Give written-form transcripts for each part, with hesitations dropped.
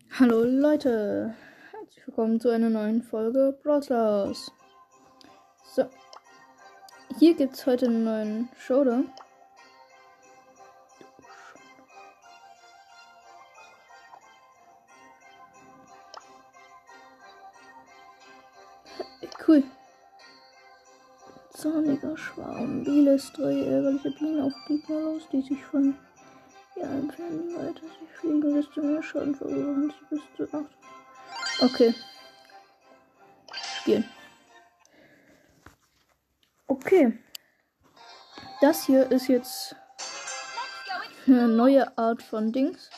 Hallo Leute, herzlich willkommen zu einer neuen Folge Brawl Stars. So, hier gibt es heute einen neuen Showdown. Cool. Zorniger Schwarm, vieles drei ärgerliche Bienen auf Gegner los, die sich von ihr entfernen, weiter sie fliegen, desto mehr Schaden verursachen sie bis zu 8. Okay. Spielen. Okay. Das hier ist jetzt eine neue Art von Dings.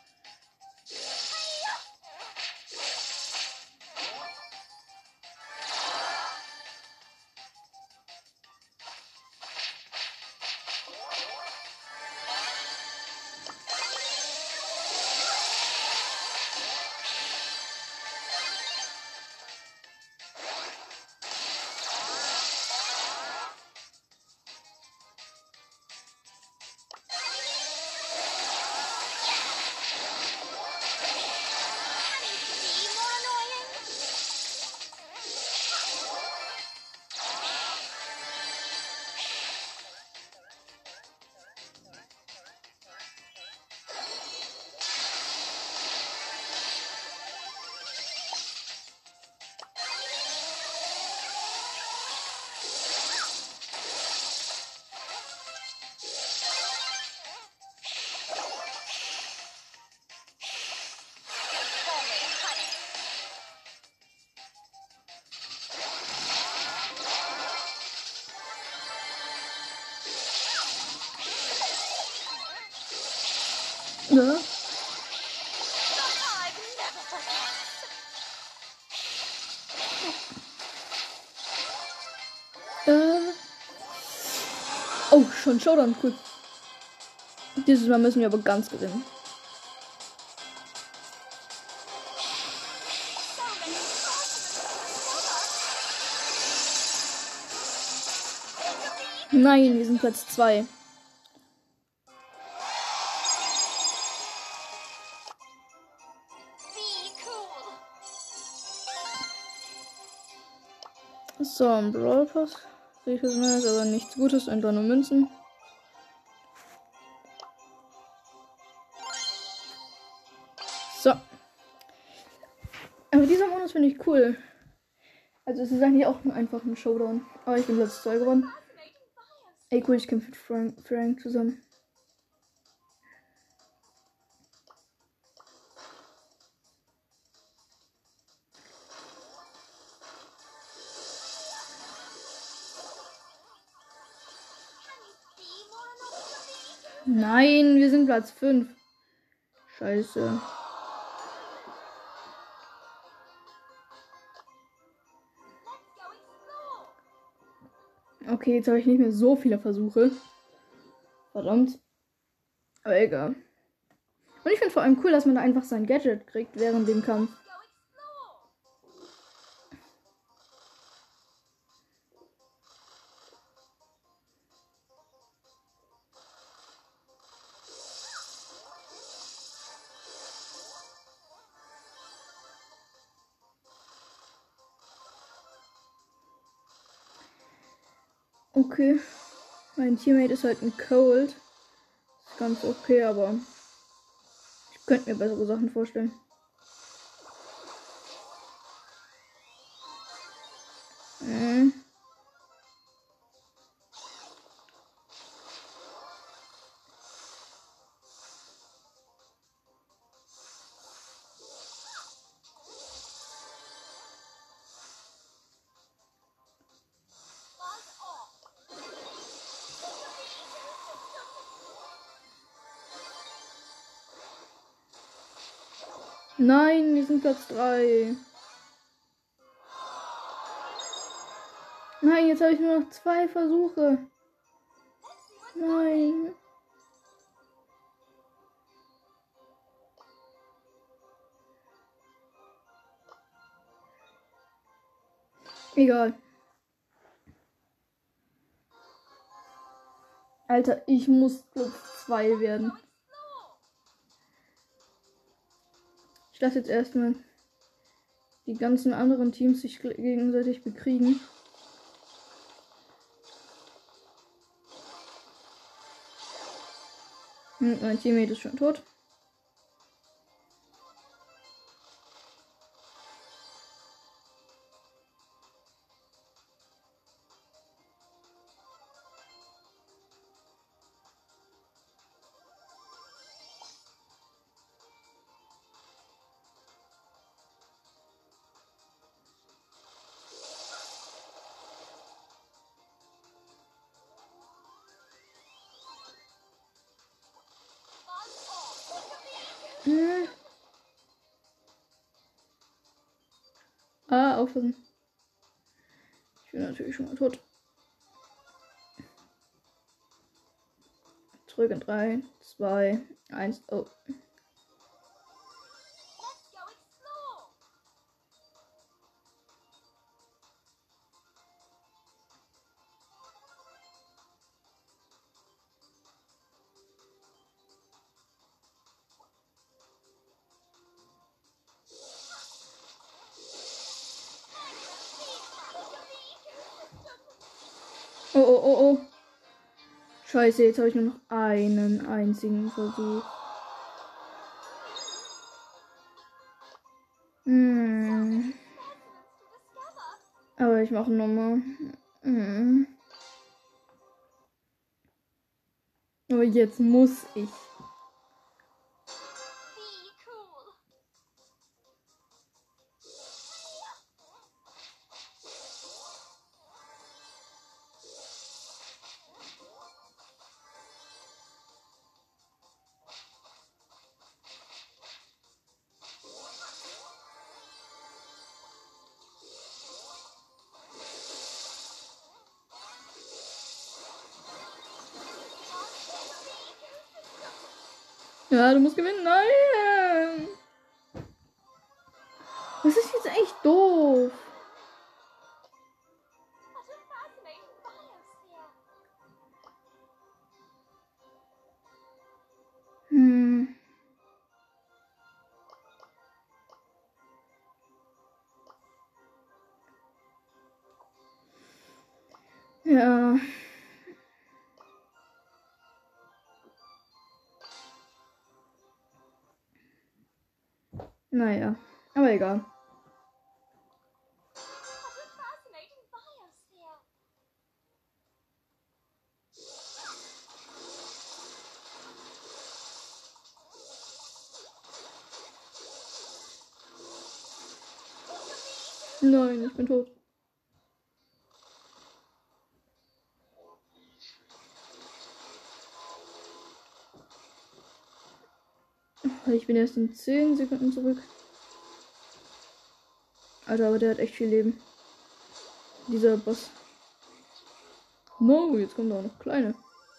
Ja. Oh, schon Showdown, cool. Dieses Mal müssen wir aber ganz gewinnen. Nein, wir sind Platz 2. So, ein Brawl Pass. Sehe ich was Neues, aber nichts Gutes, einfach nur Münzen. So. Aber dieser Modus finde ich cool. Also es ist eigentlich auch nur einfach ein Showdown. Aber ich bin Platz 2 geworden. Ey cool, ich kämpfe mit Frank zusammen. Nein, wir sind Platz 5. Scheiße. Okay, jetzt habe ich nicht mehr so viele Versuche. Verdammt. Aber egal. Und ich finde vor allem cool, dass man da einfach sein Gadget kriegt während dem Kampf. Okay. Mein Teammate ist halt ein Cold. Ist ganz okay, aber ich könnte mir bessere Sachen vorstellen. Nein, wir sind Platz 3. Nein, jetzt habe ich nur noch 2 Versuche. Nein. Egal. Alter, ich muss Platz 2 werden. Ich lasse jetzt erstmal die ganzen anderen Teams sich gegenseitig bekriegen. Mein Teammate ist schon tot. Aufpassen. Ich bin natürlich schon mal tot. Zurück in 3, 2, 1. Oh. Oh, oh, oh, oh. Scheiße, jetzt habe ich nur noch einen einzigen Versuch. Aber ich mache nochmal. Aber jetzt muss ich. Ja, du musst gewinnen. Nein! Das ist jetzt echt doof. Ja. Naja, aber egal. Nein, ich bin tot. Ich bin erst in 10 Sekunden zurück. Alter, aber der hat echt viel Leben. Dieser Boss. No, jetzt kommen da auch noch kleine.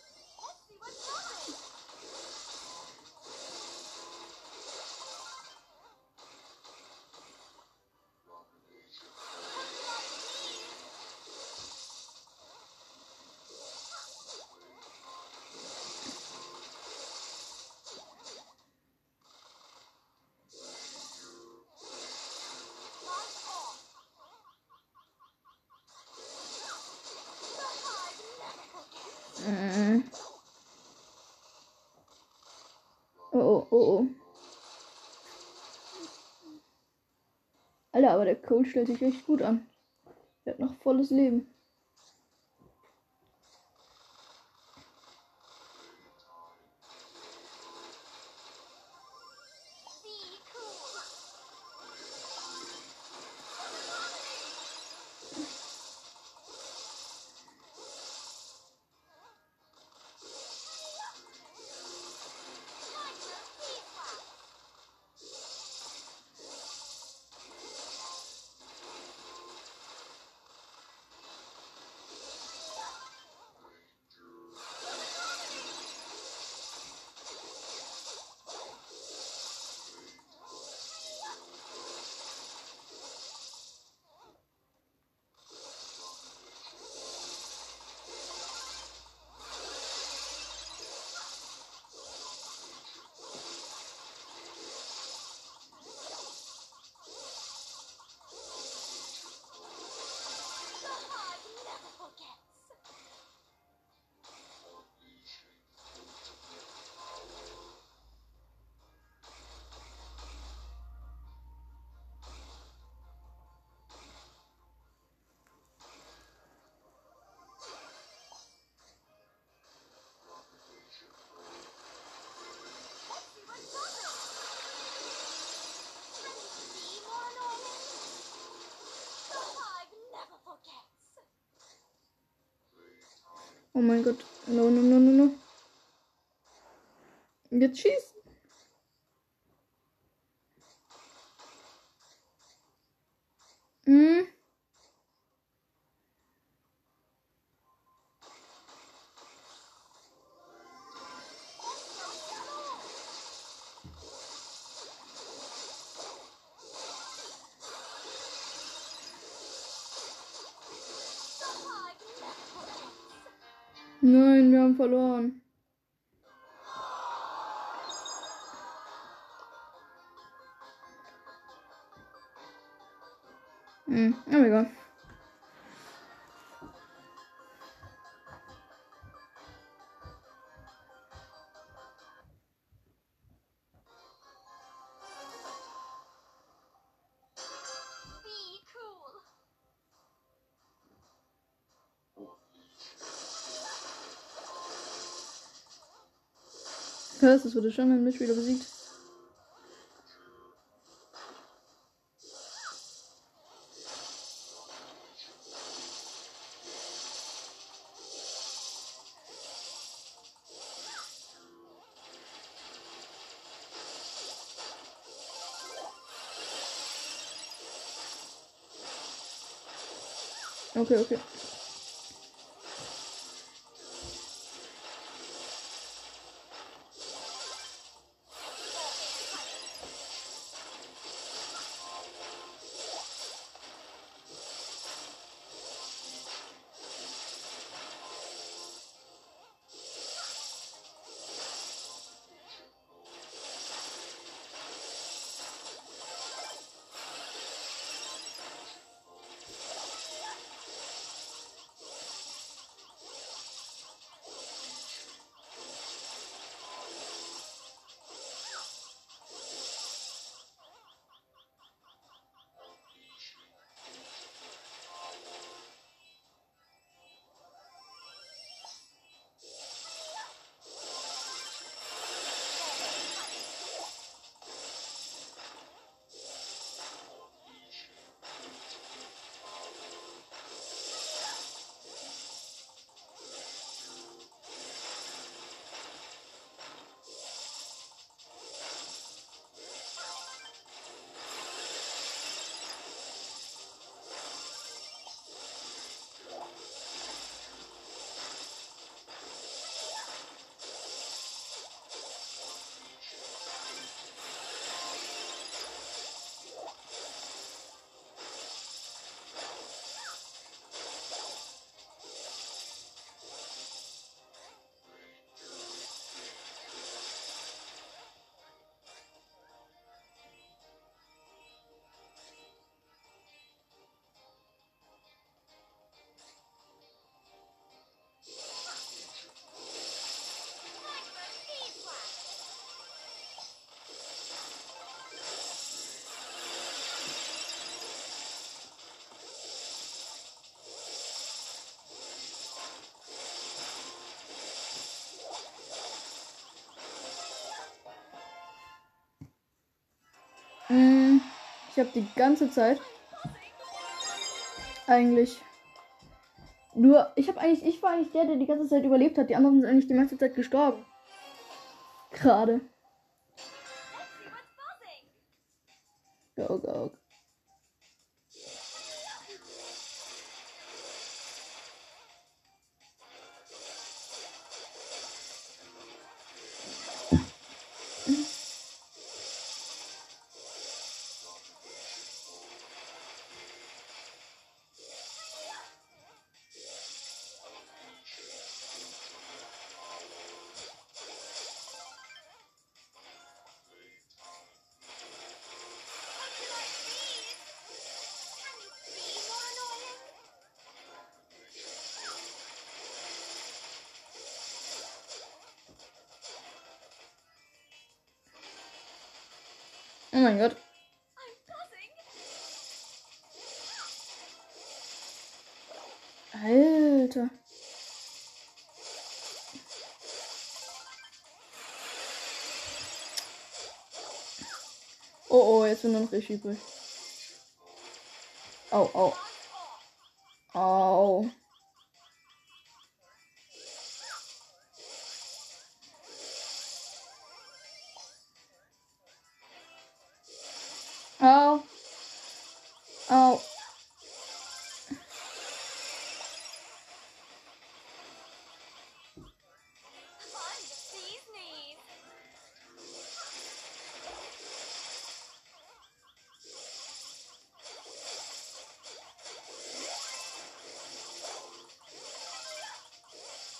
Oh, oh, oh. Alter, aber der Coach stellt sich echt gut an. Der hat noch volles Leben. Oh mein Gott. No, no, no, no, no. Jetzt schießt. Hm. Nein, wir haben verloren. Aber egal. Hörst, es wurde schon ein Mitspieler besiegt. Okay, okay. Ich habe die ganze Zeit eigentlich nur, ich war eigentlich der die ganze Zeit überlebt hat. Die anderen sind eigentlich die meiste Zeit gestorben. Gerade. Go, go. Oh mein Gott. Alter. Oh, jetzt sind nur noch ich übrig. Au, au. Au.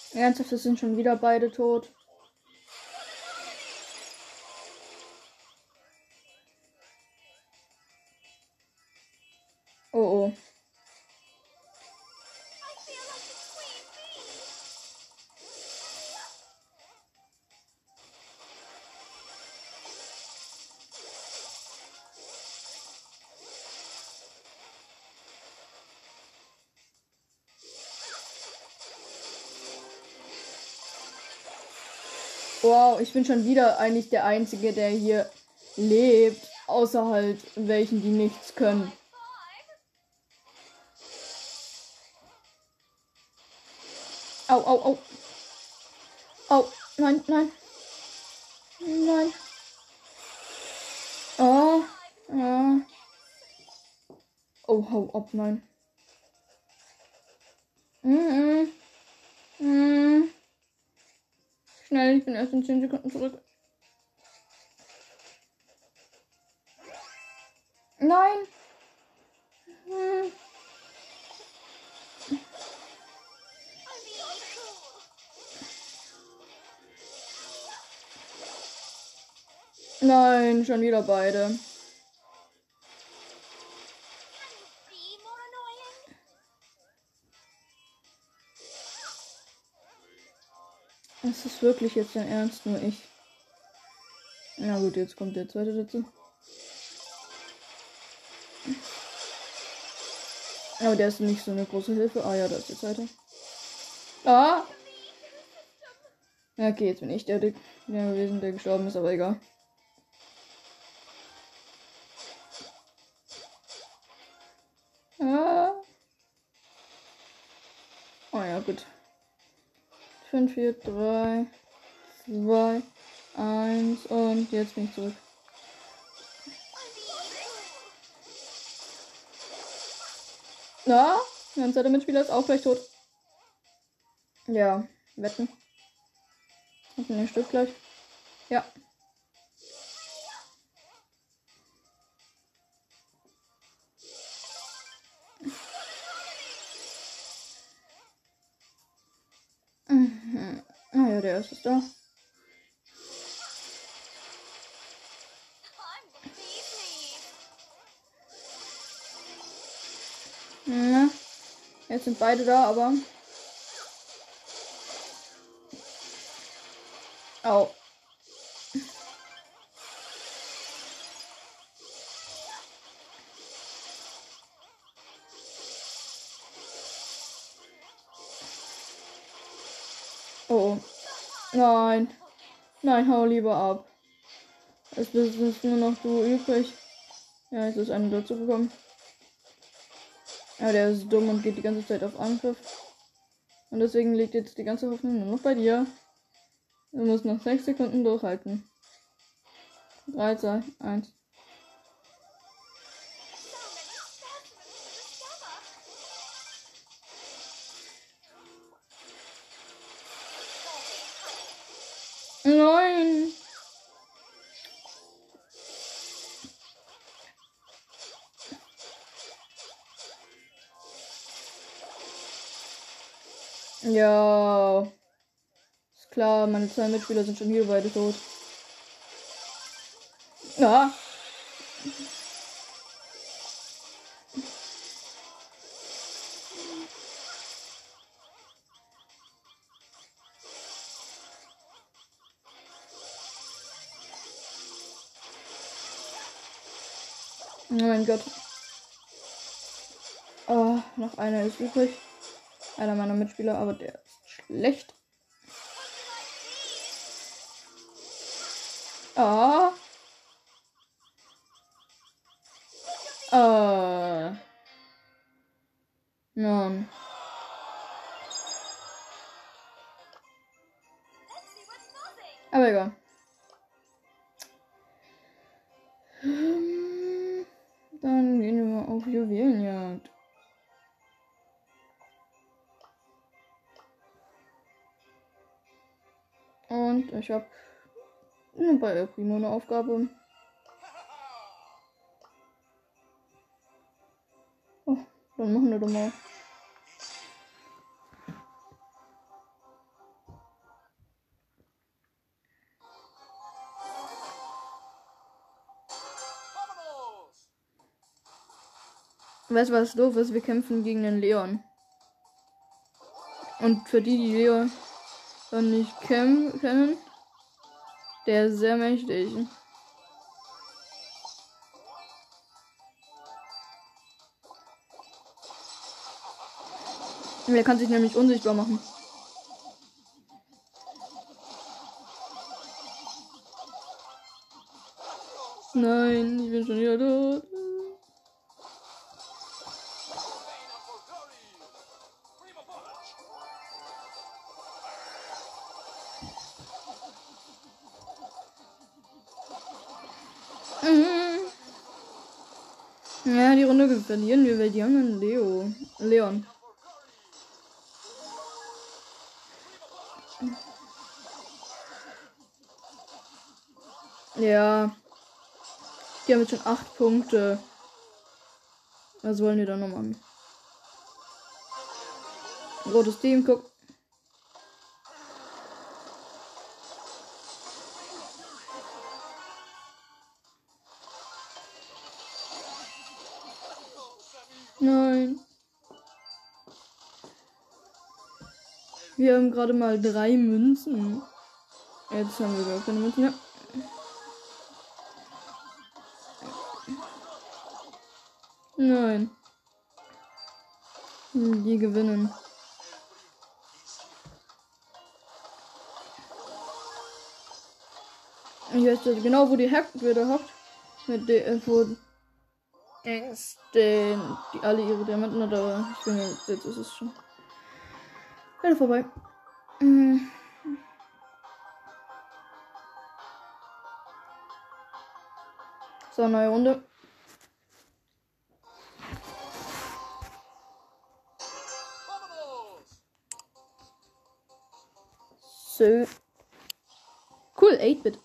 Ernsthaft, es sind schon wieder beide tot. Oh oh. Wow, ich bin schon wieder eigentlich der Einzige, der hier lebt. Außer halt welchen, die nichts können. Au, au, au. Au, nein, nein. Nein. Oh, ja. Oh, hau ab, nein. Mm, mm, mm. Schnell, ich bin erst in 10 Sekunden zurück. Nein. Hm. Nein, schon wieder beide. Das ist wirklich jetzt dein Ernst, nur ich. Na gut, jetzt kommt der zweite dazu. Aber der ist nicht so eine große Hilfe. Ah ja, da ist der zweite. Ah! Ja, okay, jetzt bin ich der gewesen, der gestorben ist, aber egal. Ah! Oh ja, gut. 5, 4, 3, 2, 1 und jetzt bin ich zurück. Na, mein zweiter Mitspieler ist auch gleich tot. Ja, wetten. Und ein Stück gleich. Ja. Mhm. Ah ja, der erste ist da. Na, jetzt sind beide da, aber. Au. Oh. Nein. Nein, hau lieber ab. Es bist nur noch du übrig. Ja, jetzt ist einer dazu gekommen. Ja, der ist dumm und geht die ganze Zeit auf Angriff. Und deswegen liegt jetzt die ganze Hoffnung nur noch bei dir. Du musst noch 6 Sekunden durchhalten. 3, 2, 1. Nein! Ja. Ist klar, meine 2 Mitspieler sind schon hier beide tot. Ja. Oh mein Gott. Oh, noch einer ist übrig. Einer meiner Mitspieler, aber der ist schlecht. Ah. Nein. Aber egal. Dann gehen wir mal auf Juwelenjagd. Und ich habe bei El Primo eine Aufgabe. Oh, dann machen wir doch mal. Weißt du, was doof ist? Wir kämpfen gegen den Leon. Und für die, die Leon nicht kennen, der ist sehr mächtig. Der kann sich nämlich unsichtbar machen. Nein, ich bin schon wieder tot. Ja, die Runde verlieren wir, weil die haben einen Leon. Ja. Die haben jetzt schon 8 Punkte. Was wollen wir da noch machen? Rotes Team, guck. Nein. Wir haben gerade mal 3 Münzen. Jetzt haben wir gar keine Münzen mehr. Nein. Die gewinnen. Ich weiß nicht genau, wo die wieder hockt. Mit der, wo die alle ihre Diamanten hat, aber ich finde, jetzt ist es schon. Leider vorbei. So, neue Runde. So. Cool, 8-Bit.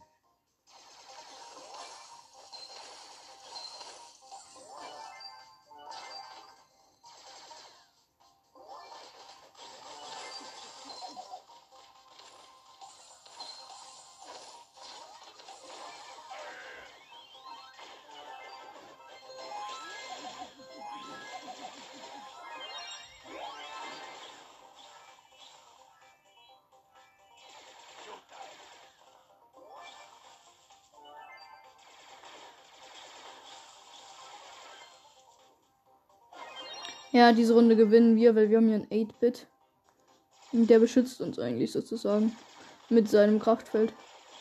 Ja, diese Runde gewinnen wir, weil wir haben hier einen 8-Bit. Und der beschützt uns eigentlich sozusagen. Mit seinem Kraftfeld.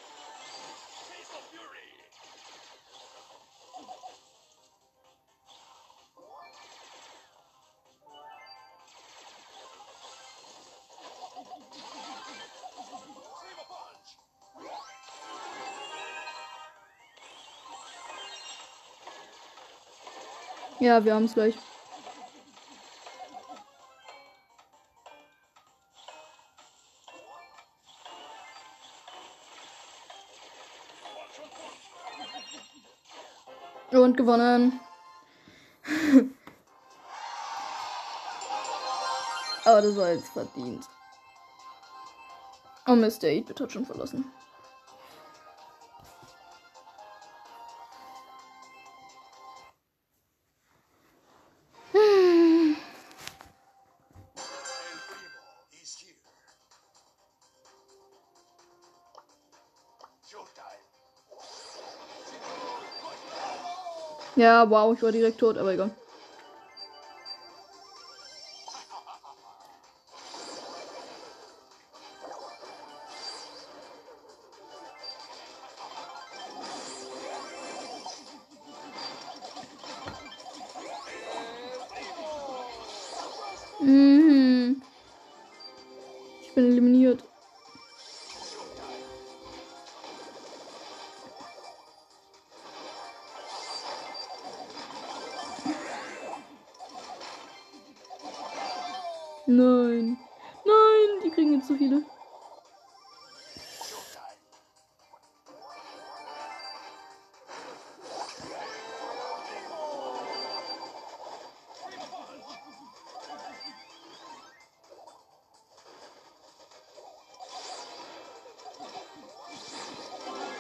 Ja, wir haben es gleich. Und gewonnen. Aber das war jetzt verdient. Oh Mist, der 8-Bit hat schon verlassen. Ja, wow, ich war direkt tot, aber egal. Ich bin eliminiert. Nein. Nein, die kriegen jetzt zu viele.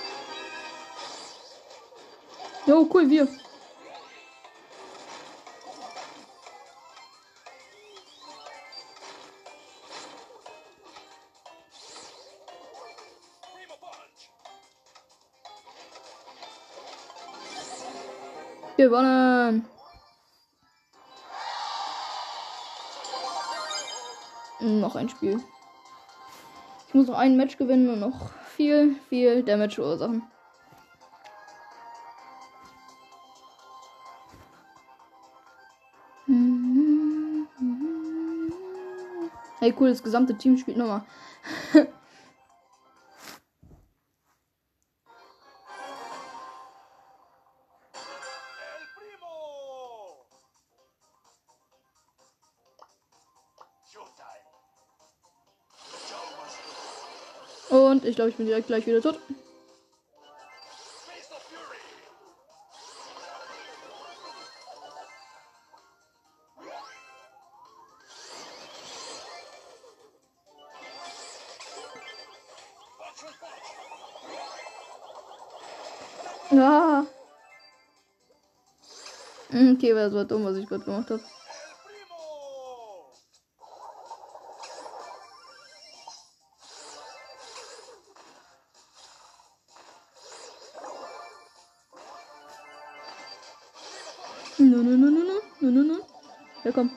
Jo, cool, wir. Gewonnen. Noch ein Spiel. Ich muss noch ein Match gewinnen und noch viel Damage verursachen. Hey, cool, das gesamte Team spielt nochmal. Und ich glaube, ich bin direkt gleich wieder tot. Ja. Okay, das war dumm, was ich gerade gemacht habe. No. Ja, komm.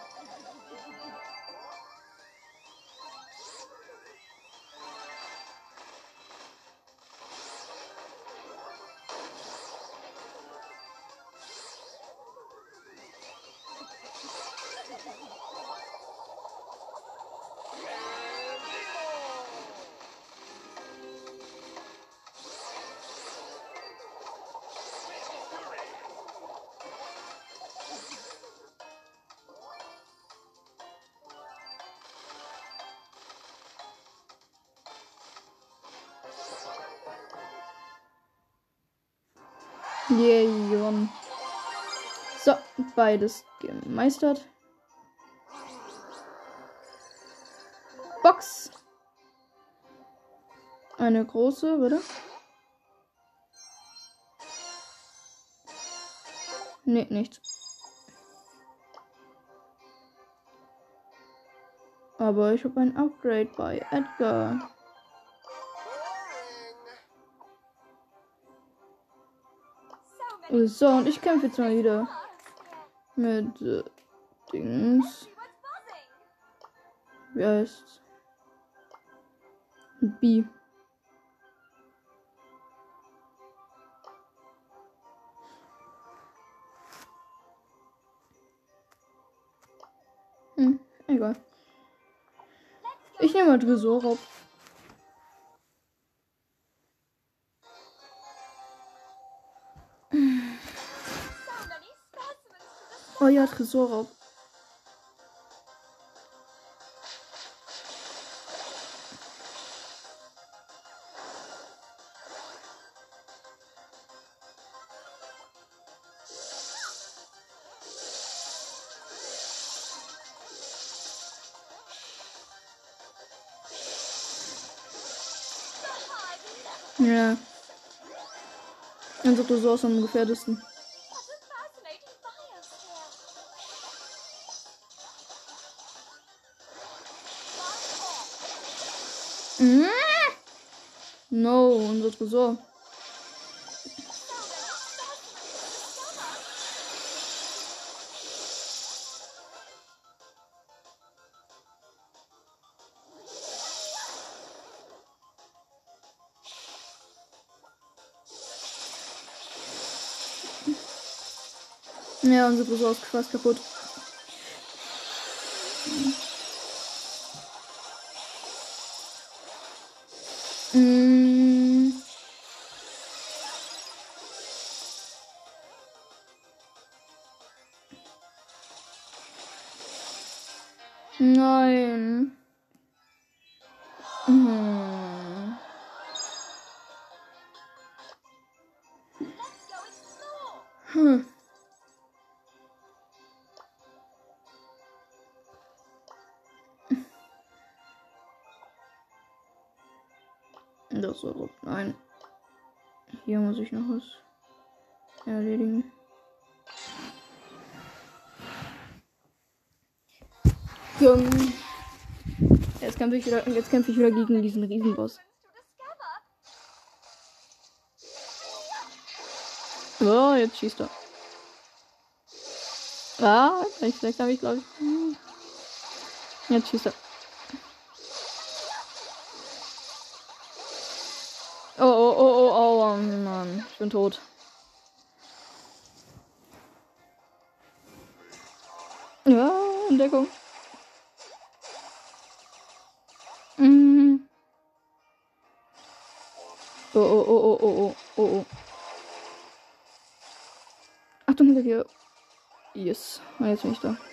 Yay, gewonnen. So, beides gemeistert. Box. Eine große, oder? Nee, nichts. Aber ich habe ein Upgrade bei Edgar. So, und ich kämpfe jetzt mal wieder mit Dings. Wie heißt's? B. Egal. Ich nehme mal Tresorraub. Oh ja, Tresorraub. Ja. Unsere Tresor ist am gefährdesten. No, unser Tresor. Ja, unser Tresor ist fast kaputt. Nein. Das war rot. Nein. Hier muss ich noch was erledigen. Jetzt kämpfe ich wieder gegen diesen Riesenboss. Oh, jetzt schießt er. Ah, vielleicht habe ich, glaube ich. Jetzt schießt er. Oh, Mann. Ich bin tot. Ja, Entdeckung. Oh. Achtung, hinter dir. Yes. Und jetzt bin ich da.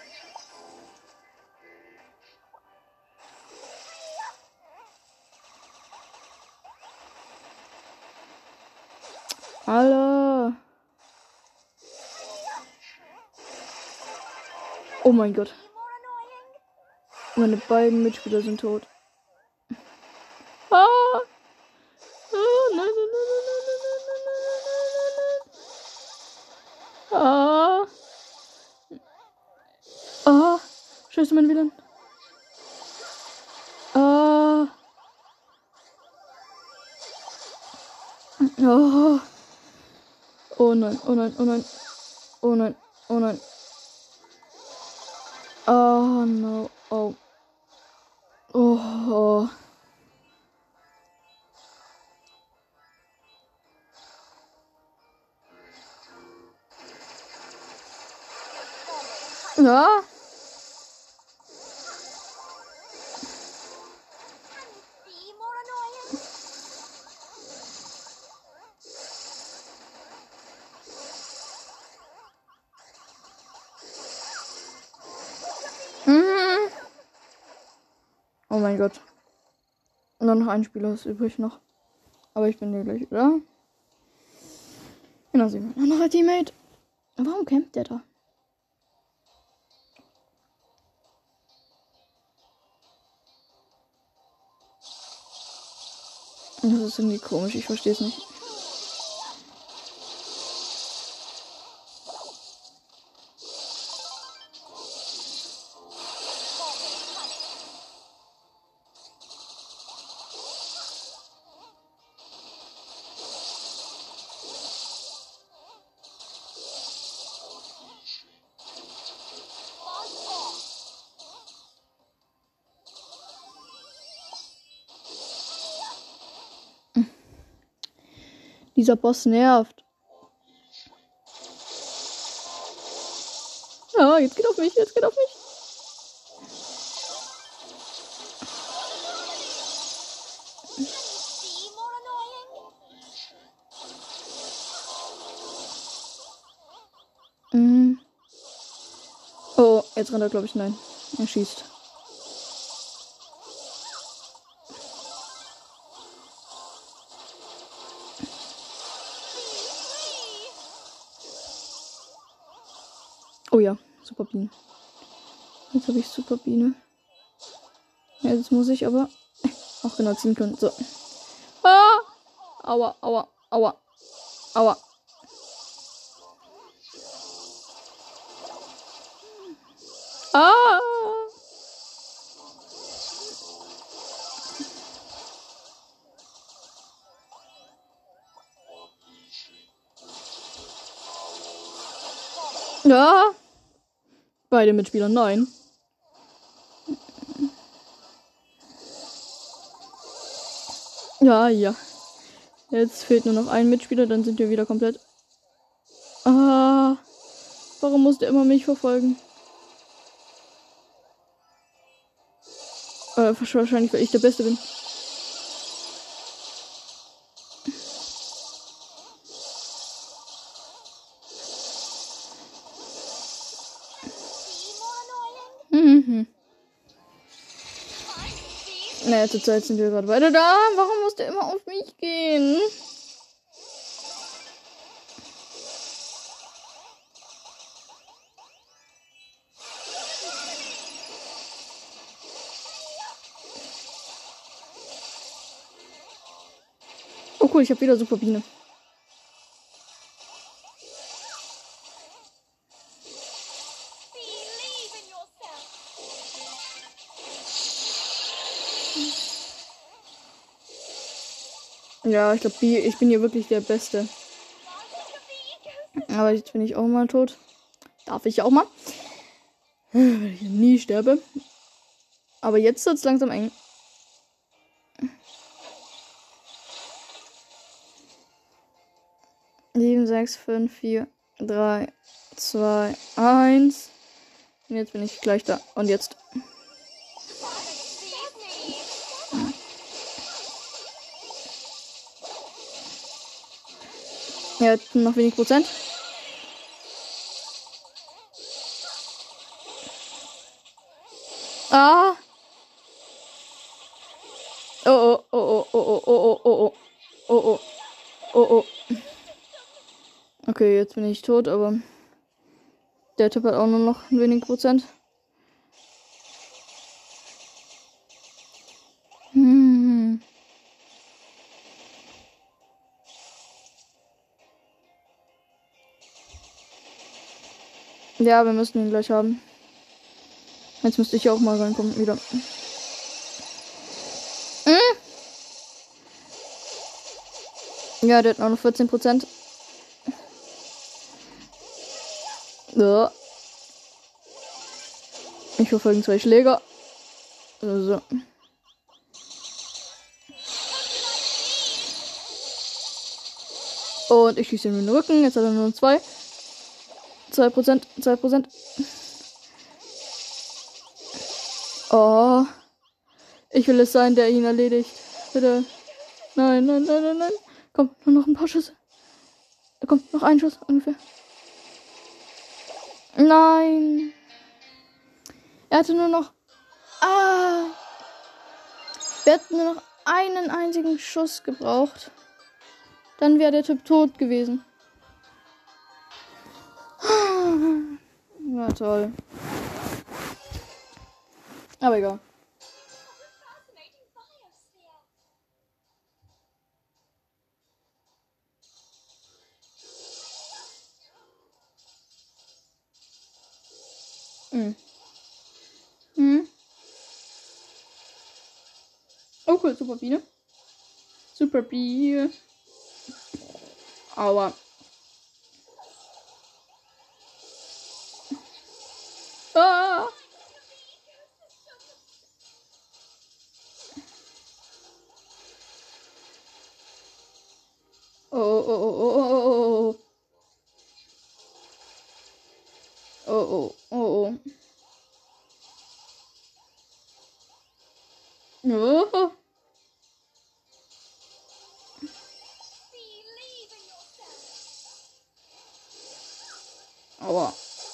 Alter. Oh mein Gott. Meine beiden Mitspieler sind tot. Ah! Nein. Scheiße, mein WLAN. Oh nein. Oh no. Oh. Ja. Oh mein Gott. Und dann noch ein Spieler ist übrig noch. Aber ich bin hier gleich wieder. Genau, sehen wir noch ein Teammate. Warum campt der da? Das ist irgendwie komisch, ich verstehe es nicht. Dieser Boss nervt. Ja, jetzt geht auf mich. Oh, jetzt rennt er, glaube ich. Nein. Er schießt. Oh ja, Super Biene. Jetzt habe ich Super Biene. Ja, jetzt muss ich aber auch genau ziehen können. So. Ah! Aua. Ah! Ja. Beide Mitspieler, nein. Ja. Jetzt fehlt nur noch ein Mitspieler, dann sind wir wieder komplett. Ah. Warum muss der immer mich verfolgen? Wahrscheinlich, weil ich der Beste bin. Naja, zurzeit sind wir gerade weiter da. Warum muss der immer auf mich gehen? Oh cool, ich habe wieder Super Biene. Ja, ich glaube, ich bin hier wirklich der Beste. Aber jetzt bin ich auch mal tot. Darf ich auch mal? Wenn ich nie sterbe. Aber jetzt wird es langsam eng. Sieben, 6, 5, 4, 3, 2, 1. Und jetzt bin ich gleich da. Und jetzt. Ja, noch wenig Prozent. Ah! Oh, oh, oh, oh, oh, oh, oh, oh, oh, oh, oh, oh. Okay, jetzt bin ich tot, aber der Typ hat auch nur noch ein wenig Prozent. Ja, wir müssen ihn gleich haben. Jetzt müsste ich auch mal reinkommen wieder. Ja, der hat auch noch 14%. So. Ich verfolge 2 Schläger. So. Und ich schieße ihm in den Rücken. Jetzt hat er nur 2. 2%. 2%. Oh. Ich will es sein, der ihn erledigt. Bitte. Nein, nein, nein, nein, nein. Komm, nur noch ein paar Schüsse. Da kommt noch ein Schuss ungefähr. Nein. Er hatte nur noch. Ah. Wir hätten nur noch einen einzigen Schuss gebraucht. Dann wäre der Typ tot gewesen. Na toll. Aber egal. Oh cool, super Biene. Super Biene. Aua. Ah. Oh, oh, oh, oh, oh, oh, oh, oh, oh, oh. Oh. Aua.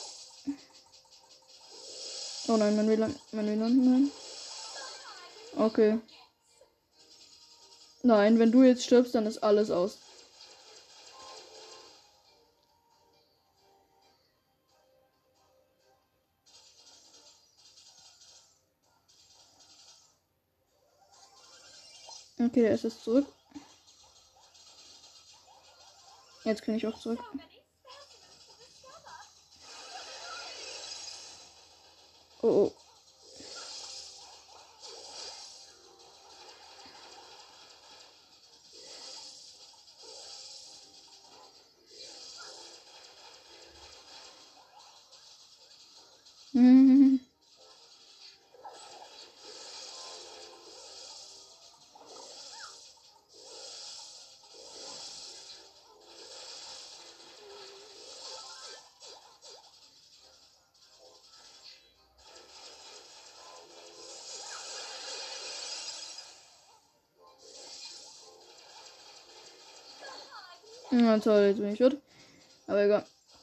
Oh nein, mein WLAN, nein. Okay. Nein, wenn du jetzt stirbst, dann ist alles aus. Okay, der ist jetzt zurück. Jetzt kann ich auch zurück. Oh, oh. Hm. Na toll, jetzt bin ich tot. Aber egal.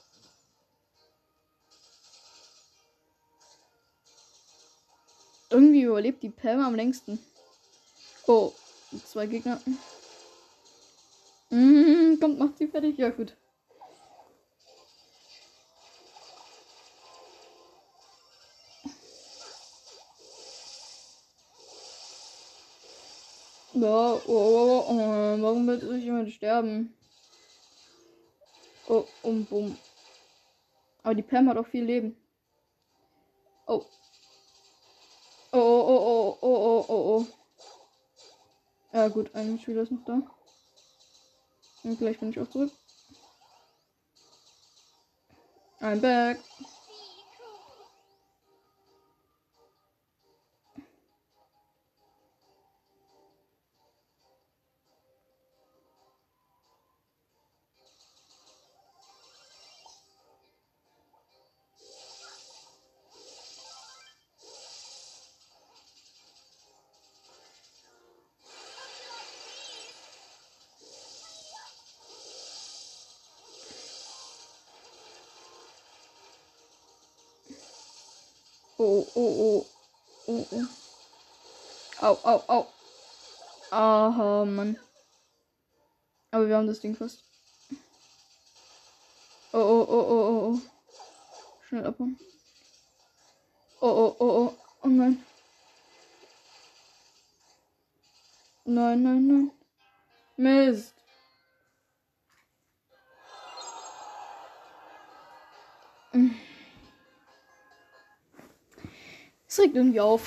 Irgendwie überlebt die Pam am längsten. Oh, 2 Gegner. Kommt, macht sie fertig. Ja, gut. Ja, oh, warum wird sich jemand sterben? Oh, bumm. Aber die Pam hat auch viel Leben. Oh. Oh. Ja, gut, ein Spieler ist noch da. Und gleich bin ich auch zurück. I'm back. Oh, oh, oh. Oh, oh. Au, au, au. Aha, Mann. Aber wir haben das Ding fast. Oh, oh, oh, oh, oh, oh. Schnell abhauen. Oh, oh, oh, oh. Oh nein. Nein, nein, nein. Mist. Es regt irgendwie auf.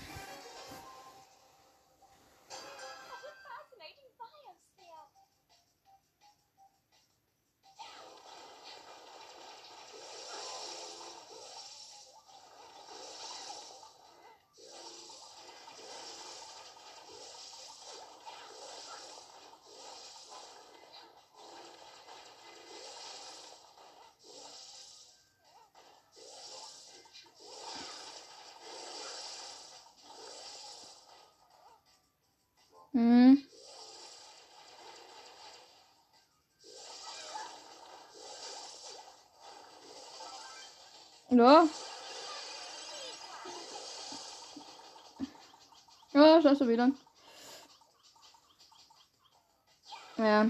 Hm. Ja. Ja, scheiße wieder. Ja.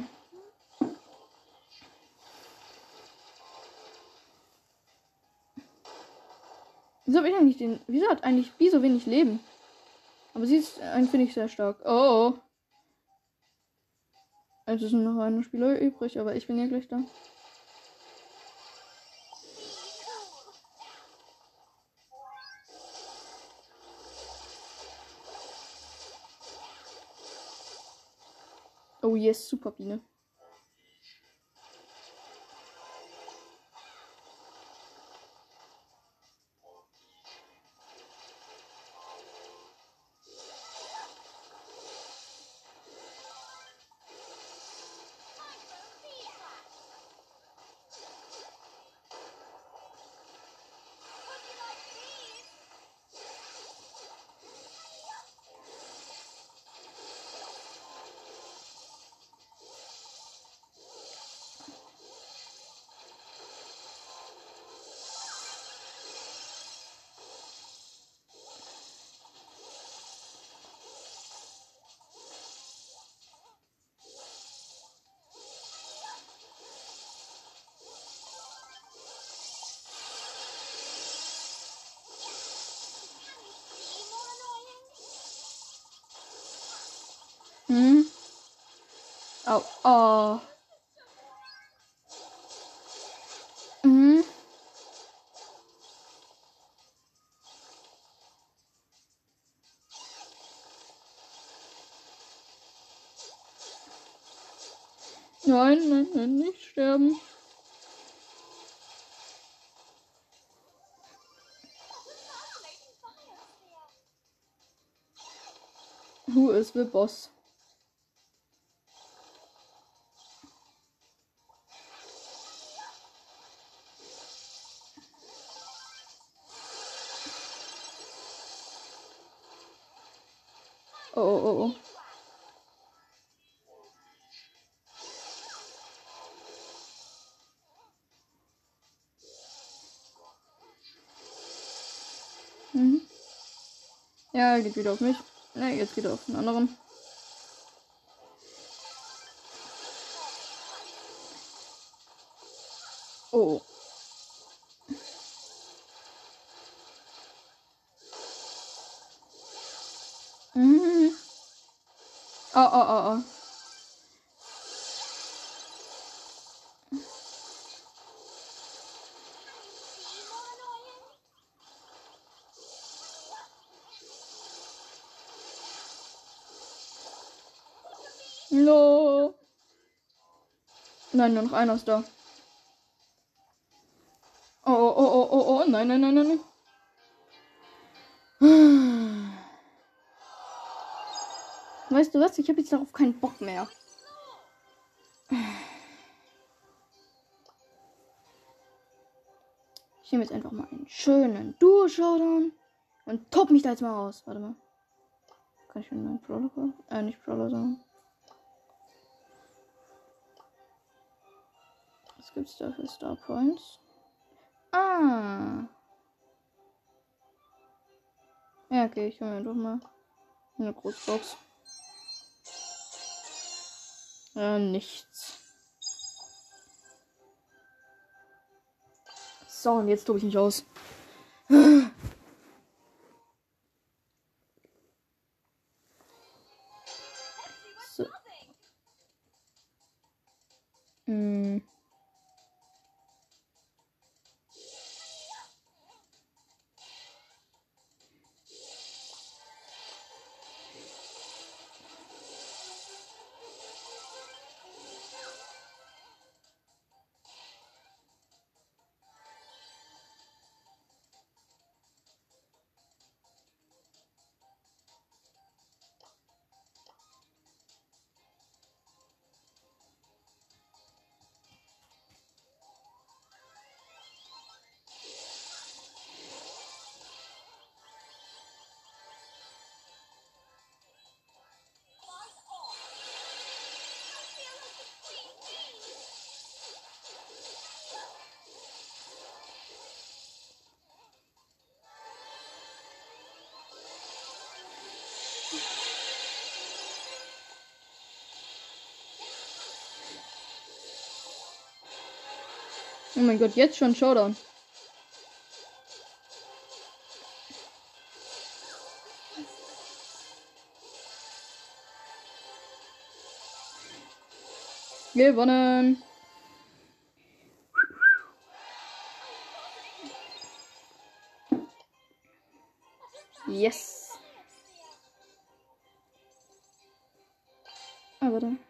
Wieso hab ich eigentlich den. Wieso hat eigentlich Bi so wenig Leben? Aber sie ist finde ich sehr stark. Oh. Also sind noch eine Spieler übrig, aber ich bin ja gleich da. Oh yes, super Biene. Hm. Au. Oh. Mhm. Nein, nein, nein, nicht sterben. Who is the boss? Oh, oh, oh, oh. Mhm. Ja, er geht wieder auf mich. Ne, jetzt geht er auf den anderen. Oh. Mhm. Oh, oh, oh, oh. No. Nein, nur noch einer ist da. Oh, oh, oh, oh, oh, oh. Nein, nein, nein, nein, nein. Weißt du was? Ich habe jetzt darauf keinen Bock mehr. Ich nehme jetzt einfach mal einen schönen Duo-Showdown und top mich da jetzt mal raus. Warte mal. Kann ich mir einen Brawler kaufen? Nicht Brawler, sondern. Was gibt's da für Star Points? Ah. Ja, okay, ich hole mir doch mal eine Großbox. Nichts. So, und jetzt tobe ich mich aus. So. Oh mein Gott, jetzt schon Showdown. Gewonnen. Yes. Ah, warte.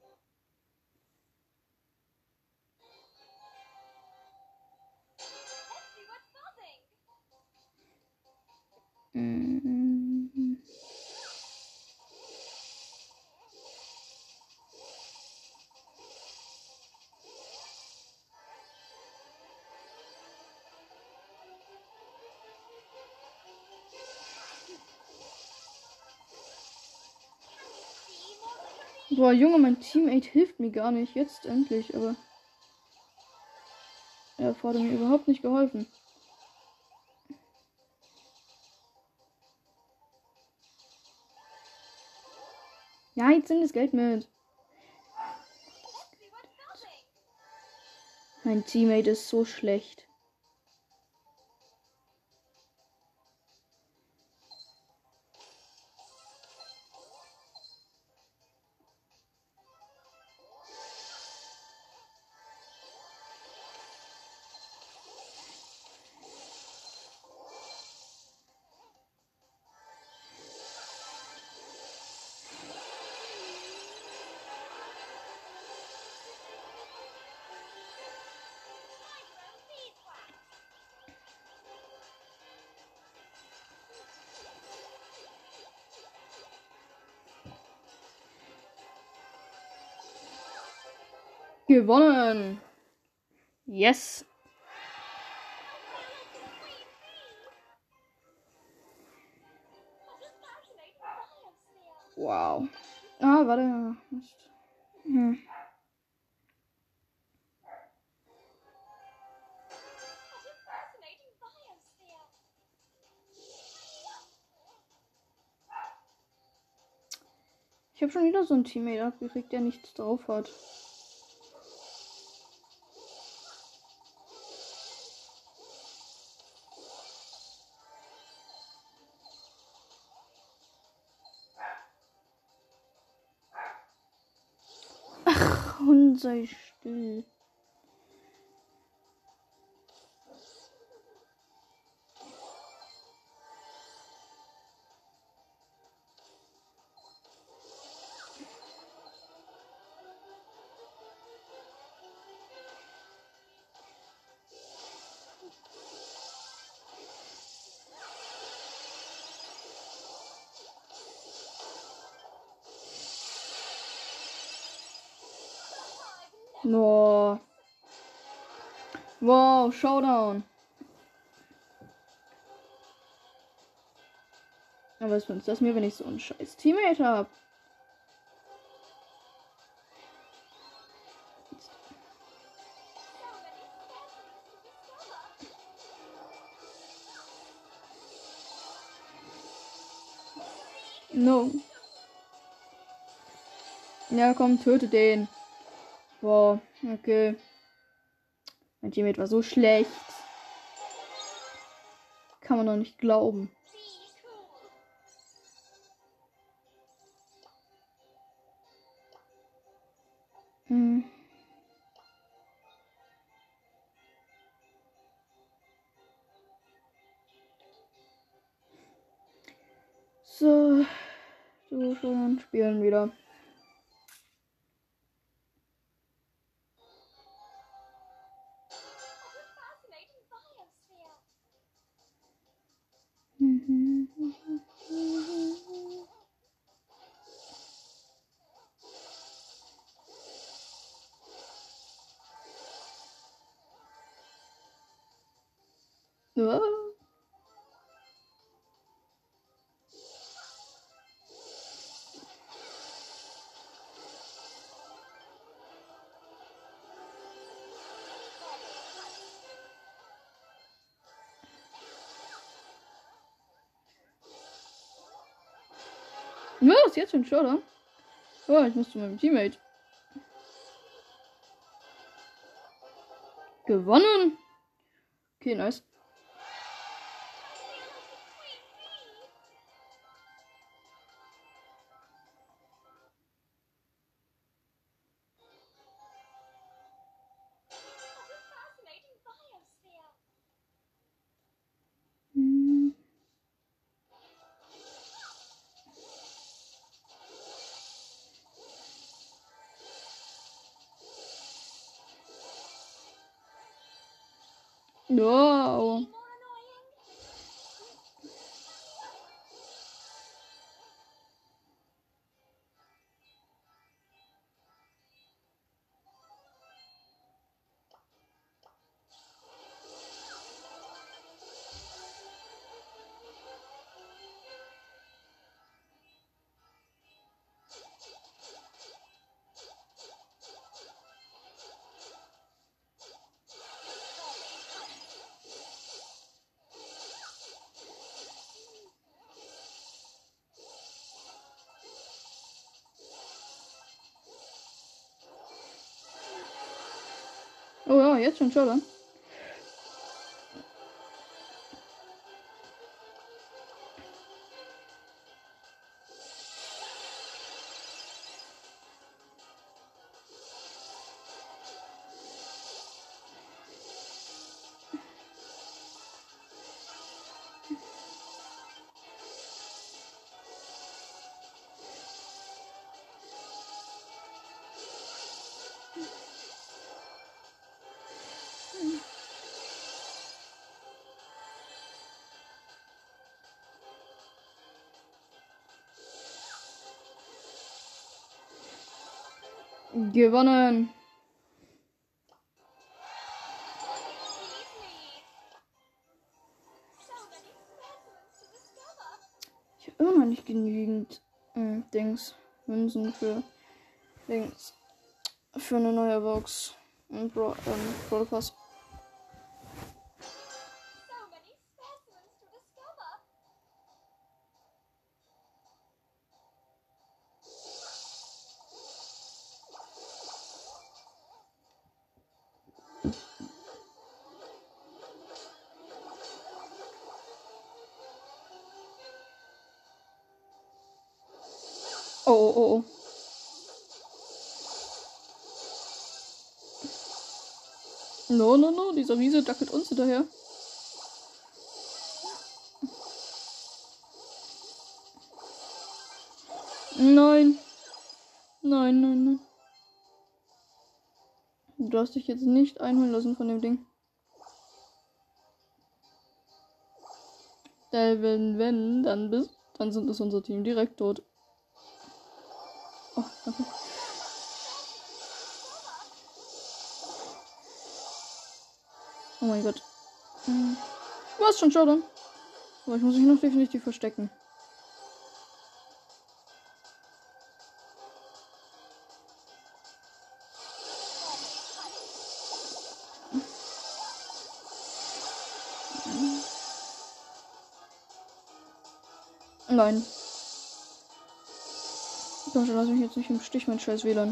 Boah, Junge, mein Teammate hilft mir gar nicht. Jetzt endlich, aber er hat mir überhaupt nicht geholfen. Ja, jetzt nimm das Geld mit. Mein Teammate ist so schlecht. Gewonnen. Yes. Wow. Ah, warte. Ich habe schon wieder so ein Teammate abgekriegt, der nichts drauf hat. Ach, Hund, sei still. No. Wow, Showdown. Aber was nützt das mir, wenn ich so einen scheiß Teammate habe? No. Ja, komm, töte den. Boah, okay. Mein Teammate war so schlecht. Kann man doch nicht glauben. Hm. So. So schon spielen wieder. Ja. Was jetzt schon, oder? Oh, ich muss zu meinem Teammate. Gewonnen. Okay, nice. Hm. Wow. Oh ja, jetzt schon, oder? Gewonnen. Ich habe immer noch nicht genügend Münzen für Dings. Für eine neue Box. Und Brawl Pass. Oh, oh, oh. No, no, no. Dieser Riese dackelt uns hinterher. Nein. Nein, nein, nein. Du darfst dich jetzt nicht einholen lassen von dem Ding. Wenn, dann sind es unser Team direkt tot. Oh, danke. Oh mein Gott. Du hast schon Showdown. Aber ich muss mich noch definitiv verstecken. Nein. Komm schon, lass mich jetzt nicht im Stich, mein scheiß WLAN.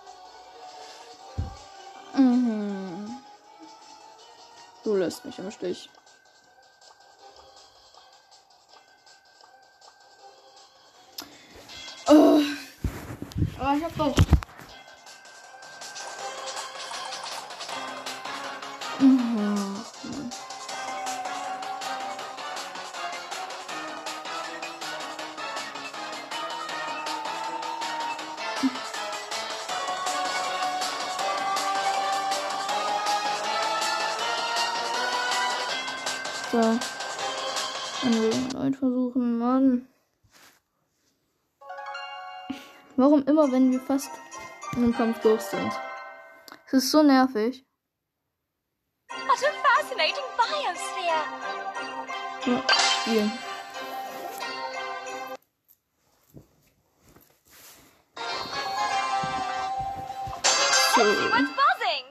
Du lässt mich im Stich. Oh. Aber ich hab drauf. So. Erneut versuchen, Mann. Warum immer, wenn wir fast in einem Kampf durch sind? Es ist so nervig. What a fascinating biosphere! Ja, spielen. So. What's buzzing?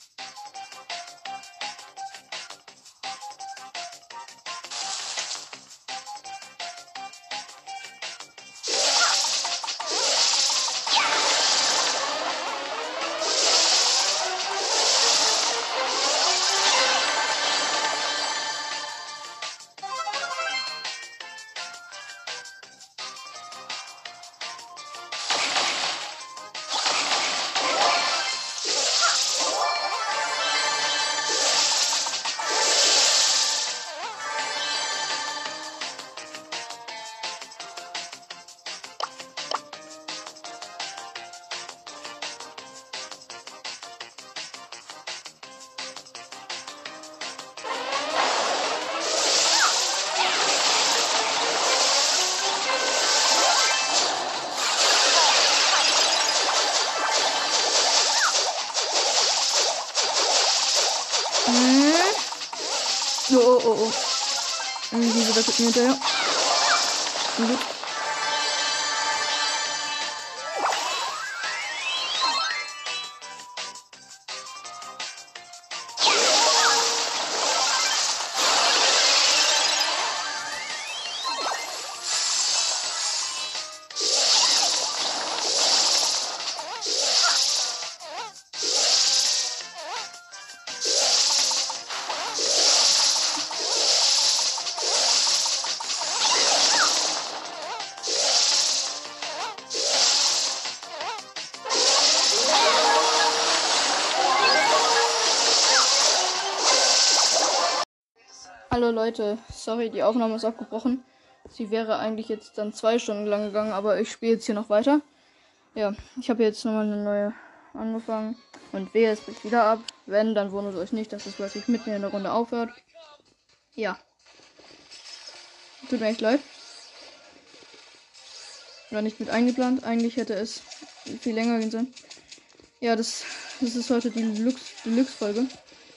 Oh. Diese wettet mir hinterher. Gut. Hallo Leute, sorry, die Aufnahme ist abgebrochen. Sie wäre eigentlich jetzt dann 2 Stunden lang gegangen, aber ich spiele jetzt hier noch weiter. Ja, ich habe jetzt nochmal eine neue angefangen. Und wehe, es bricht wieder ab. Wenn, dann wundert euch nicht, dass es plötzlich mitten in der Runde aufhört. Ja. Tut mir echt leid. War nicht mit eingeplant. Eigentlich hätte es viel länger gehen sollen. Ja, das ist heute die Deluxe-Folge.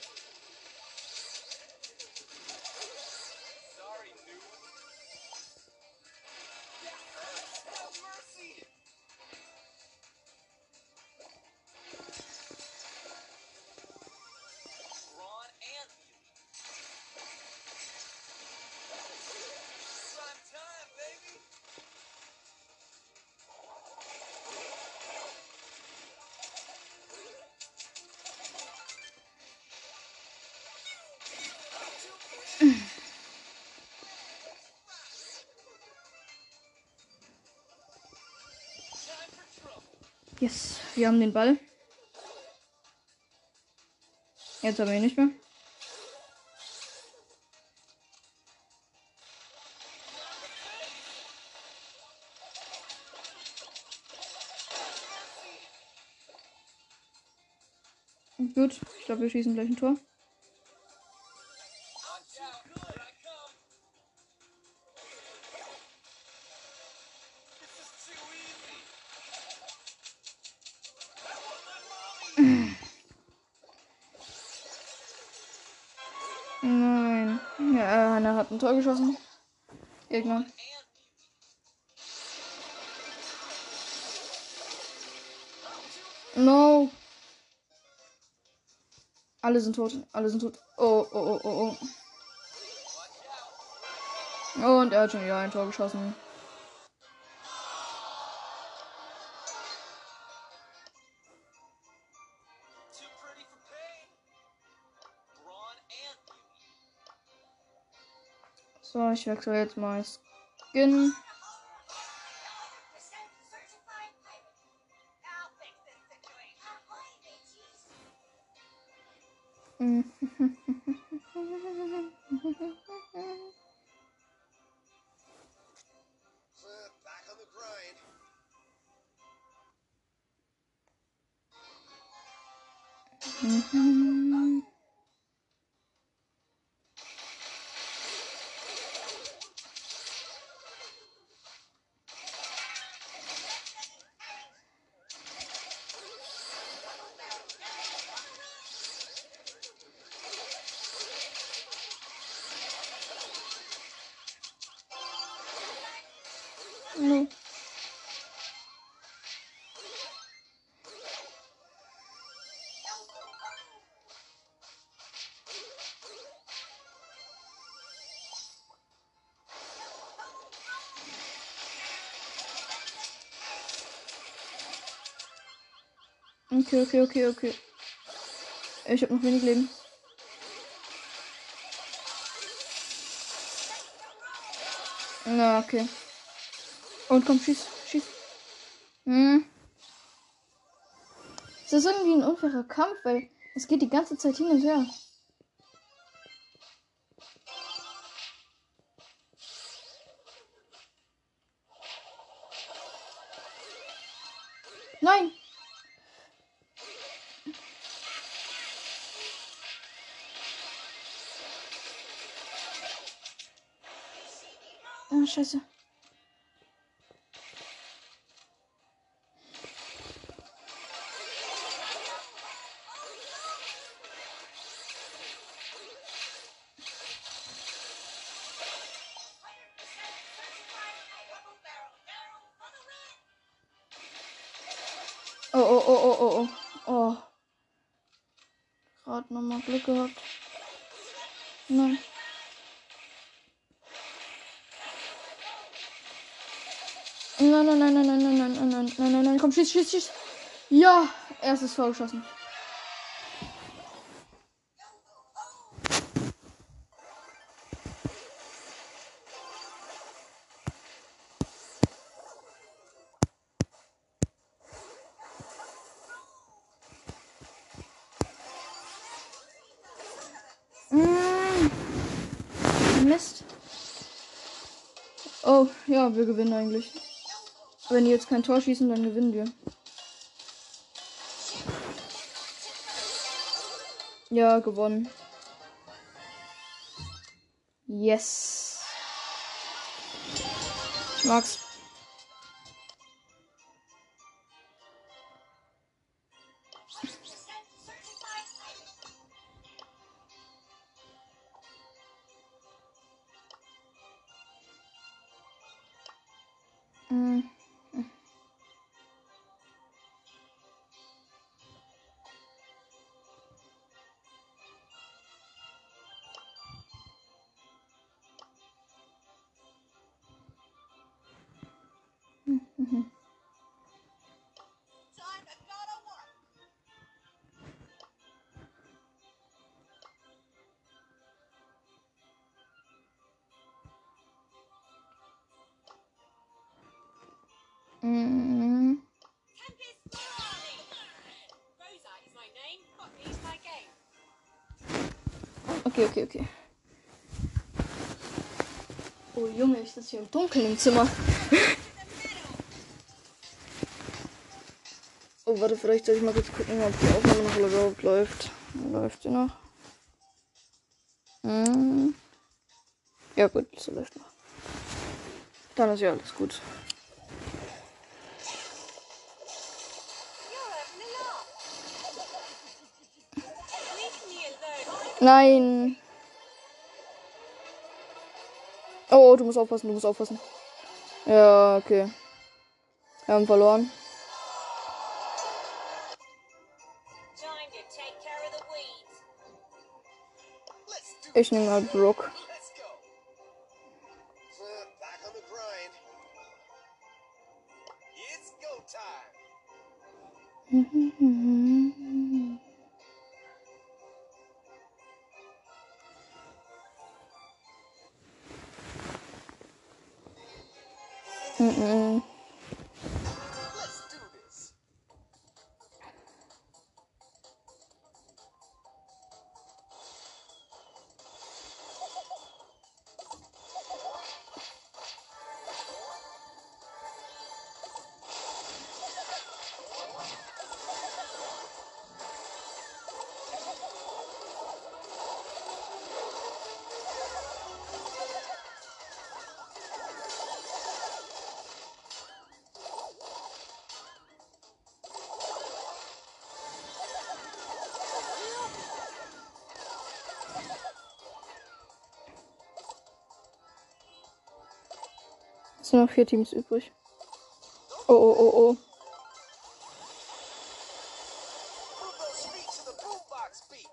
Yes, wir haben den Ball. Jetzt aber nicht mehr. Gut, ich glaube, wir schießen gleich ein Tor. Nein. Ja, einer hat ein Tor geschossen. Gegner. No. Alle sind tot. Alle sind tot. Oh. Und er hat schon wieder ein Tor geschossen. So, ich wechsle jetzt mal Skin. Back on the grind. No. Okay. Ich habe noch wenig Leben. Na, okay. Und komm, schieß. Es ist irgendwie ein unfairer Kampf, weil es geht die ganze Zeit hin und her. Nein! Ah, scheiße. Oh. Gerade nochmal Glück gehabt. Nein. Nein. Komm, schieß. Ja, erstes Tor geschossen. Mist. Oh, ja, wir gewinnen eigentlich. Wenn die jetzt kein Tor schießen, dann gewinnen wir. Ja, gewonnen. Yes. Ich mag's. Okay. Oh Junge, ich sitze hier im Dunkeln im Zimmer. Oh, warte, vielleicht soll ich mal kurz gucken, ob die Aufnahme noch überhaupt läuft. Läuft die noch? Ja gut, so läuft noch. Dann ist ja alles gut. Nein. Oh, du musst aufpassen. Ja, okay. Wir haben verloren. Ich nehme mal Brook. Let's go. Back on the grind. It's go time. Mhm. Let's do this. Es sind noch 4 Teams übrig. Oh, oh, oh, oh. Move those feet to the boombox beat.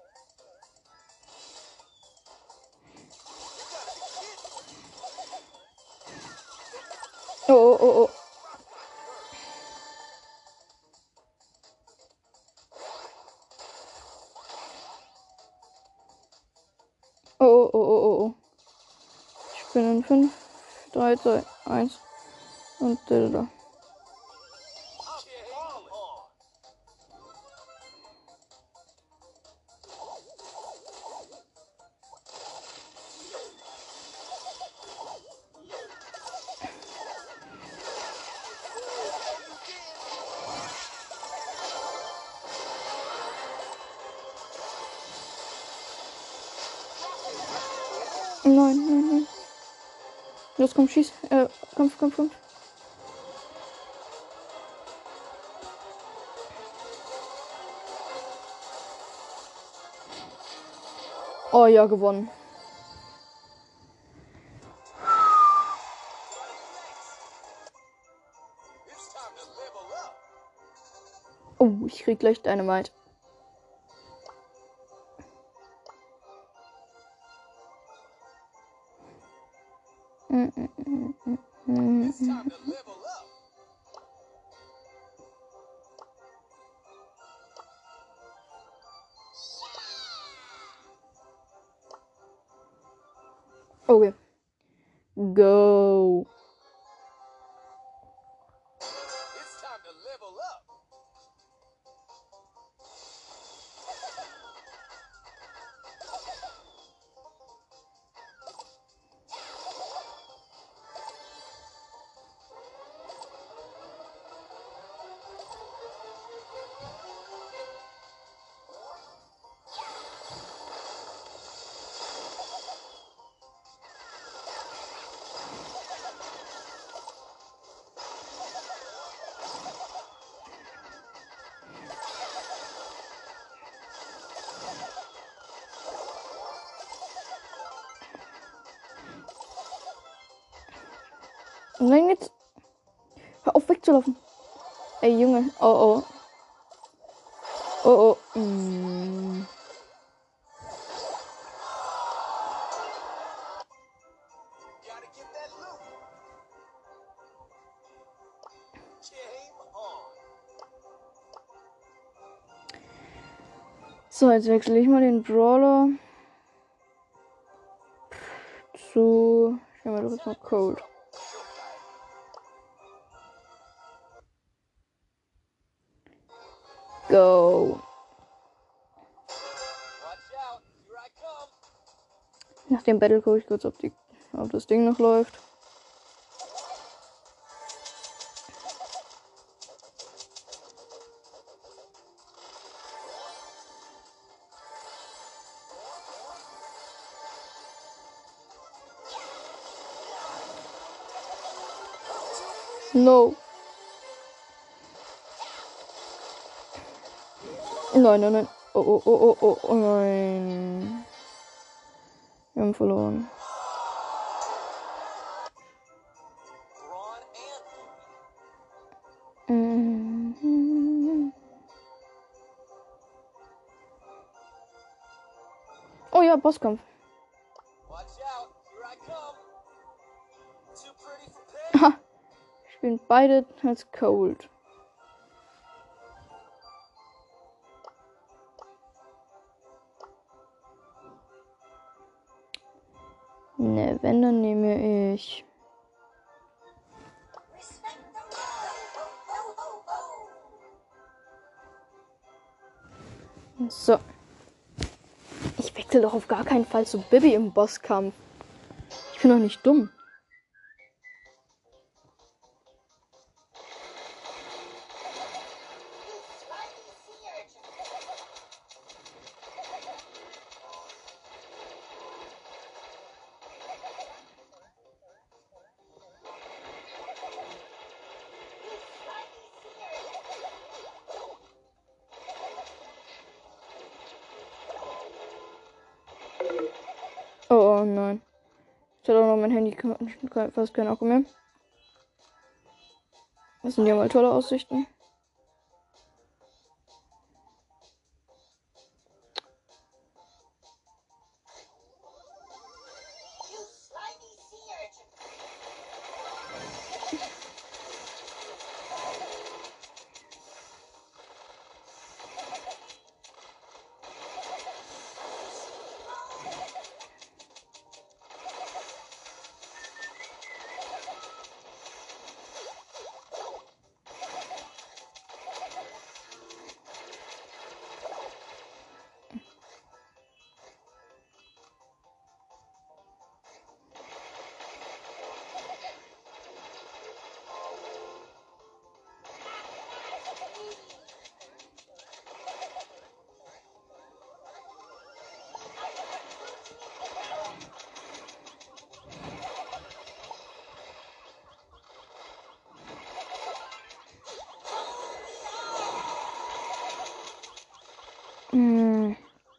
You gotta be kidding. Oh, oh, oh, oh. Oh, oh, oh, oh, oh. Ich bin in 5, 3, 2, 1. Und da. I'm balling. Nein, nein, nein. Los, komm, schieß. Kampf, Kampf, Kampf. Oh ja, gewonnen. It's time to level up. Oh, ich krieg gleich Dynamite. It's time to level up. Okay. Go. It's time to level up. Nein, jetzt. Hör auf wegzulaufen. Ey, Junge. Oh, oh. Oh, oh. Gotta get that loot. Game on. So, jetzt wechsle ich mal den Brawler zu. Schauen wir doch jetzt mal Cold. Go. Watch out. Here I come. Nach dem Battle gucke ich kurz, ob das Ding noch läuft. No. Nein, nein, nein. Oh, oh, oh, oh, oh, nein. Wir haben verloren. Braun and Oh ja, Bosskampf. watch out. Here I come. Too pretty for pain. Haha. Spielen beide als Cold. Ne, wenn, dann nehme ich So. Ich wechsle doch auf gar keinen Fall zu Bibi im Bosskampf. Ich bin doch nicht dumm. Oh nein. Ich hatte auch noch mein Handy, fast kein Akku mehr. Das sind ja mal tolle Aussichten. Hm.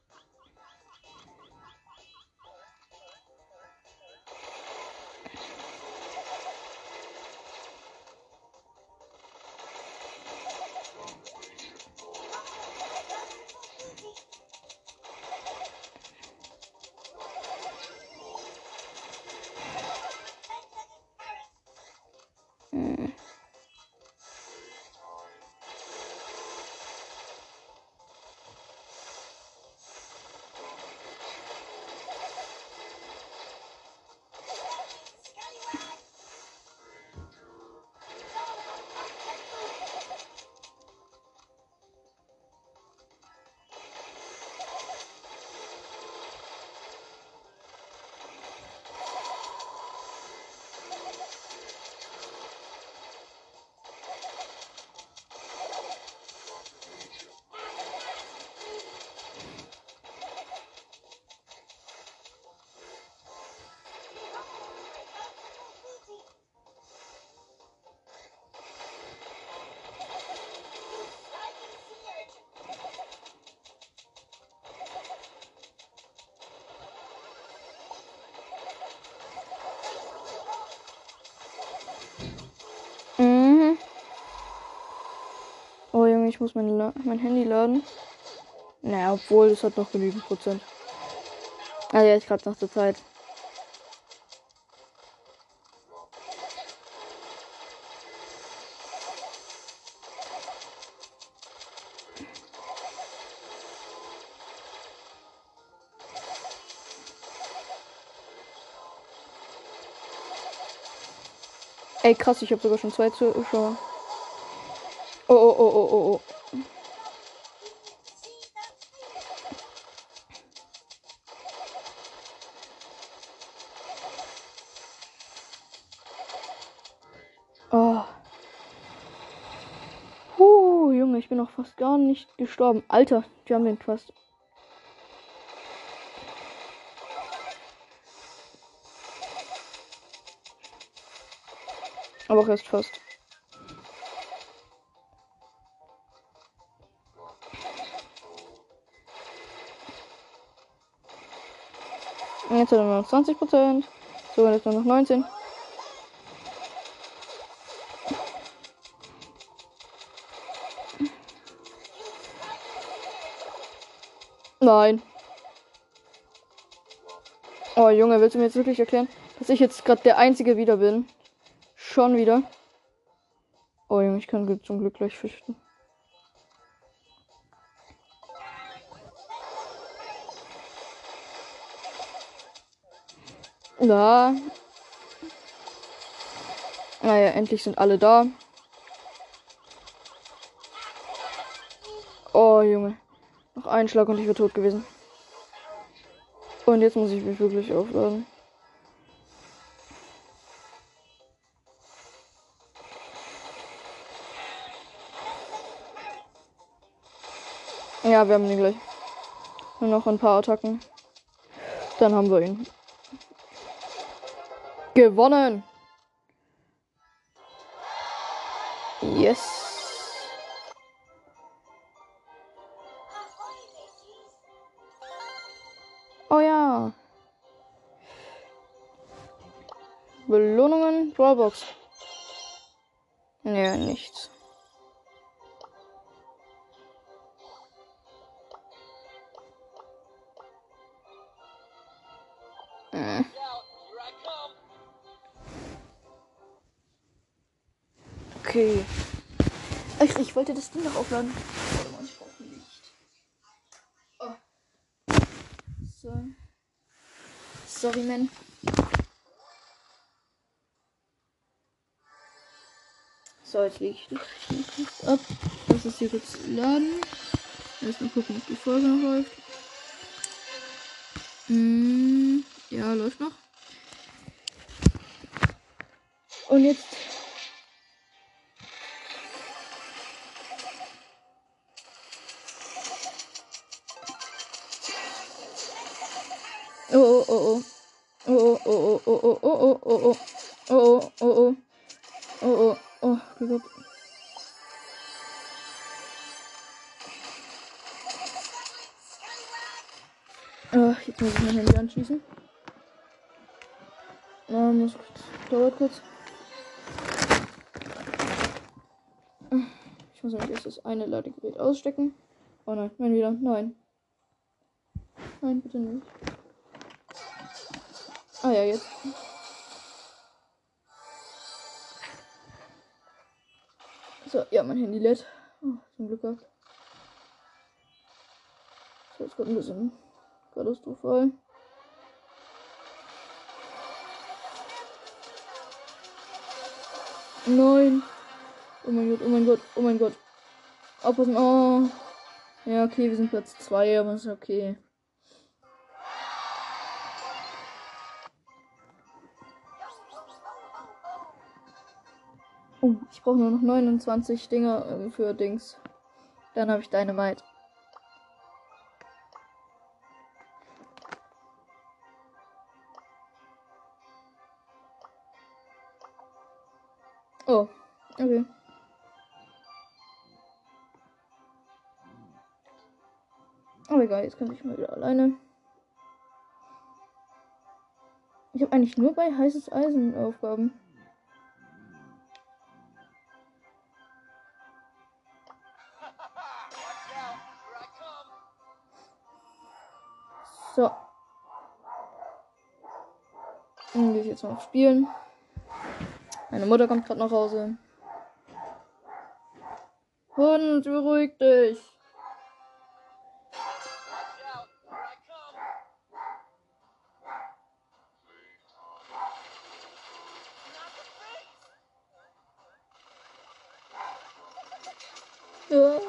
Mhm. Oh Junge, ich muss mein Handy laden. Naja, obwohl, es hat noch genügend Prozent. Ah ja, ich gerade nach der Zeit. Ey, krass, ich habe sogar schon 2 Zuschauer. Oh, oh, oh, oh, oh, oh. Oh. Junge, ich bin noch fast gar nicht gestorben. Alter, die haben den fast. Aber auch erst fast. Und jetzt hat er nur noch 20%. Sogar jetzt nur noch 19. Nein. Oh Junge, willst du mir jetzt wirklich erklären, dass ich jetzt gerade der Einzige wieder bin? Schon wieder. Oh Junge, ich kann zum Glück gleich fischen. Da. Naja, endlich sind alle da. Oh Junge. Noch einen Schlag und ich wäre tot gewesen. Und jetzt muss ich mich wirklich aufladen. Ja, wir haben ihn gleich. Nur noch ein paar Attacken. Dann haben wir ihn. Gewonnen! Yes! Oh ja! Belohnungen, Brawlbox. Ja, nichts. Watch out, here I come. Okay. Ich wollte das Ding noch aufladen. Warte mal, ich brauche Licht. Oh. So. Sorry, man. So, jetzt lege ich das ab. Lass es hier kurz laden. Erstmal gucken, ob die Folge noch läuft. Ja, läuft noch. Und jetzt. Oh, oh, oh, oh. Oh, oh, oh, oh, oh, oh, oh, oh, oh, oh, oh, oh, oh, oh, oh, Glück. Jetzt muss ich mein Handy anschließen. Dauert kurz. Ich muss nämlich erst das eine Ladegerät ausstecken. Oh nein, nein, wieder. Nein. Nein, bitte nicht. Ah ja, jetzt. So, ja, mein Handy lädt. Oh, zum Glück gehabt. So, jetzt kommt ein bisschen katastrophal. Nein. Oh mein Gott, oh mein Gott, oh mein Gott. Aufpassen. Oh. Ja, okay, wir sind Platz 2, aber ist okay. Oh, ich brauche nur noch 29 Dinger für Dings. Dann habe ich Dynamite. Oh, okay. Aber egal, jetzt kann ich mal wieder alleine. Ich habe eigentlich nur bei heißes Eisen Aufgaben. Watch out, here I come. So. Dann gehe ich jetzt mal auf Spielen. Meine Mutter kommt gerade nach Hause. Hund, beruhig dich. Watch out, here I come. Ja.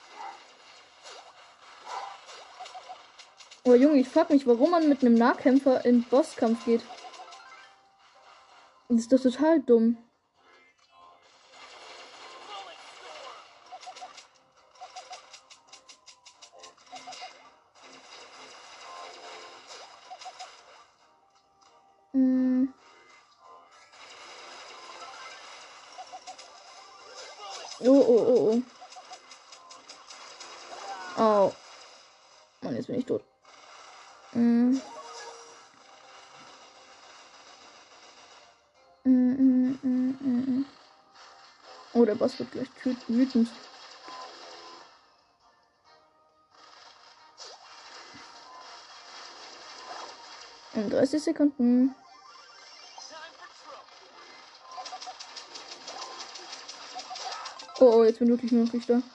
Oh Junge, ich frag mich, warum man mit einem Nahkämpfer in Bosskampf geht. Das ist doch total dumm. Oh. Oh. Mann, jetzt bin ich tot. Oh, der Boss wird gleich wütend. In 30 Sekunden. Oh, jetzt bin wirklich nur noch ich da.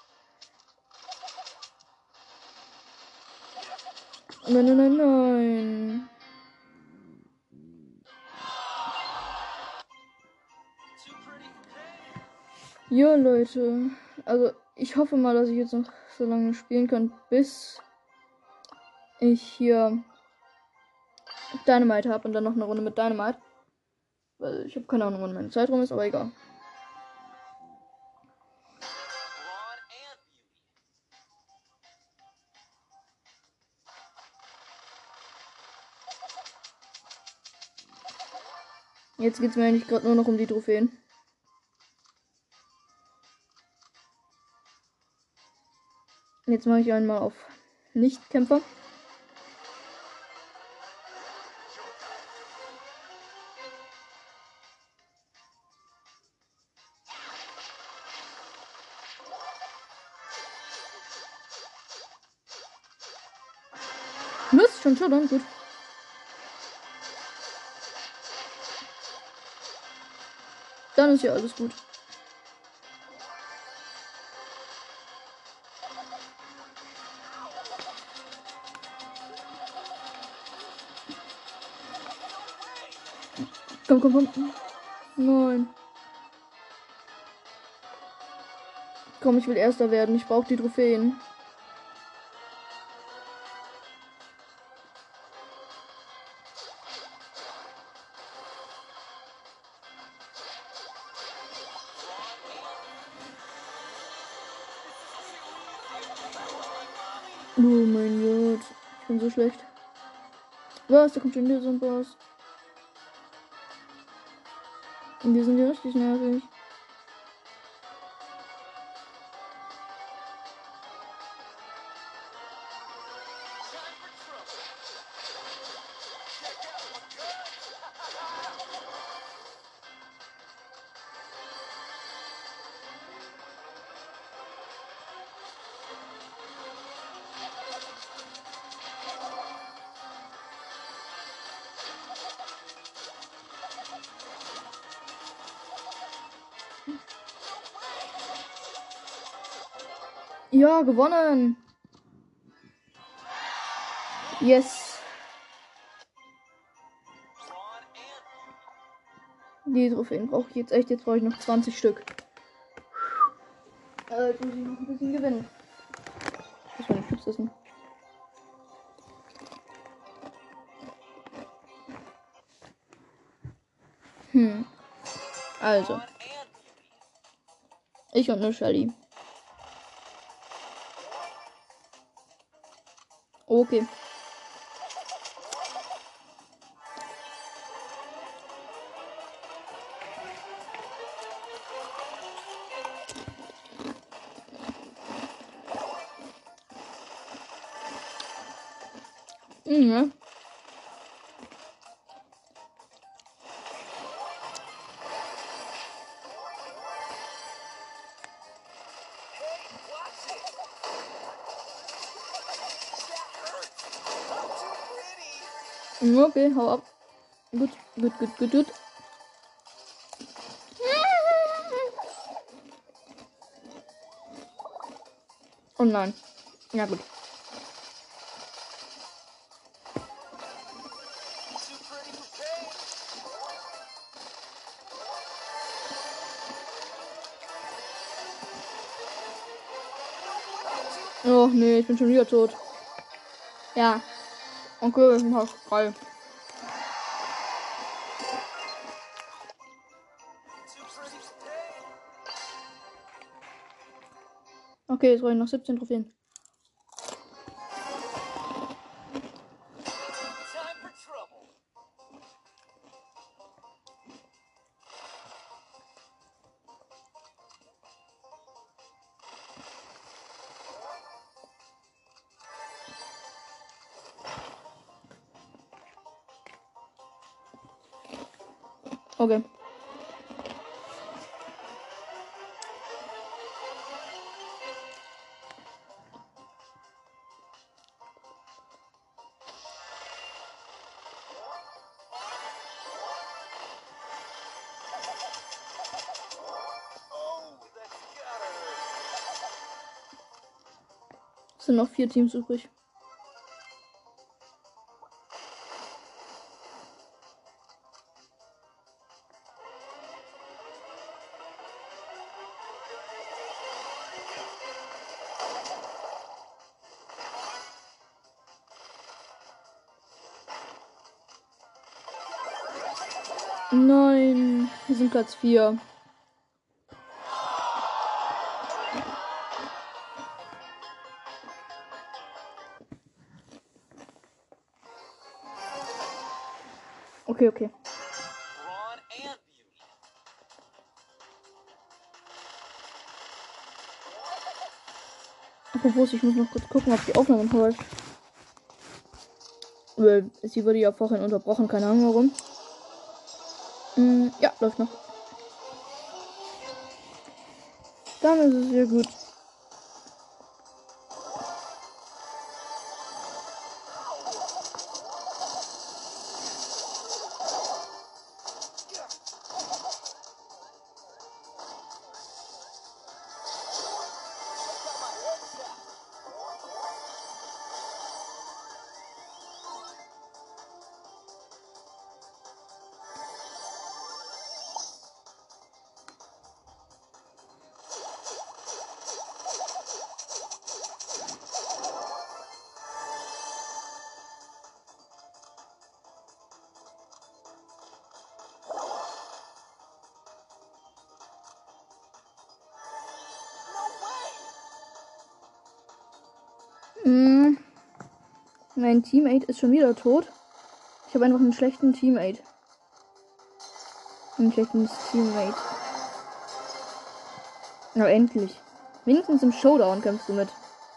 Nein. Ja, Leute. Also, ich hoffe mal, dass ich jetzt noch so lange spielen könnt, bis ich hier Dynamite habe und dann noch eine Runde mit Dynamite. Weil ich habe keine Ahnung, wann meine Zeit rum ist, aber egal. Blonde and beauty. Jetzt geht es mir eigentlich gerade nur noch um die Trophäen. Jetzt mache ich einmal auf Nichtkämpfer. Mist, schon dann, gut. Dann ist ja alles gut. Komm. Nein. Komm, ich will Erster werden. Ich brauche die Trophäen. Oh mein Gott. Ich bin so schlecht. Was? Da kommt schon wieder so ein Boss. Und die sind ja richtig nervig. Ja, gewonnen. Yes. Die Trophäen brauche ich jetzt echt. Jetzt brauche ich noch 20 Stück. Jetzt muss ich noch ein bisschen gewinnen. Das war nicht Chips essen. Also. Ich und eine Shelly. Okay. Ja. Okay, hau ab. Gut. Oh nein. Ja gut. Oh nee, ich bin schon wieder tot. Ja. Okay, ich mach geil. Okay, jetzt brauche ich noch 17 Trophäen. Time for trouble. Okay. Oh, that's gotta hurt. Es sind noch 4 Teams übrig. Nein, wir sind Platz 4. Okay, okay. Brawn and beauty. Apropos, ich muss noch kurz gucken, ob die Aufnahme noch läuft. Sie wurde ja vorhin unterbrochen, keine Ahnung warum. Ja, läuft noch. Dann ist es sehr gut. Mein Teammate ist schon wieder tot. Ich habe einfach einen schlechten Teammate. Ein schlechtes Teammate. Na endlich. Wenigstens im Showdown kämpfst du mit.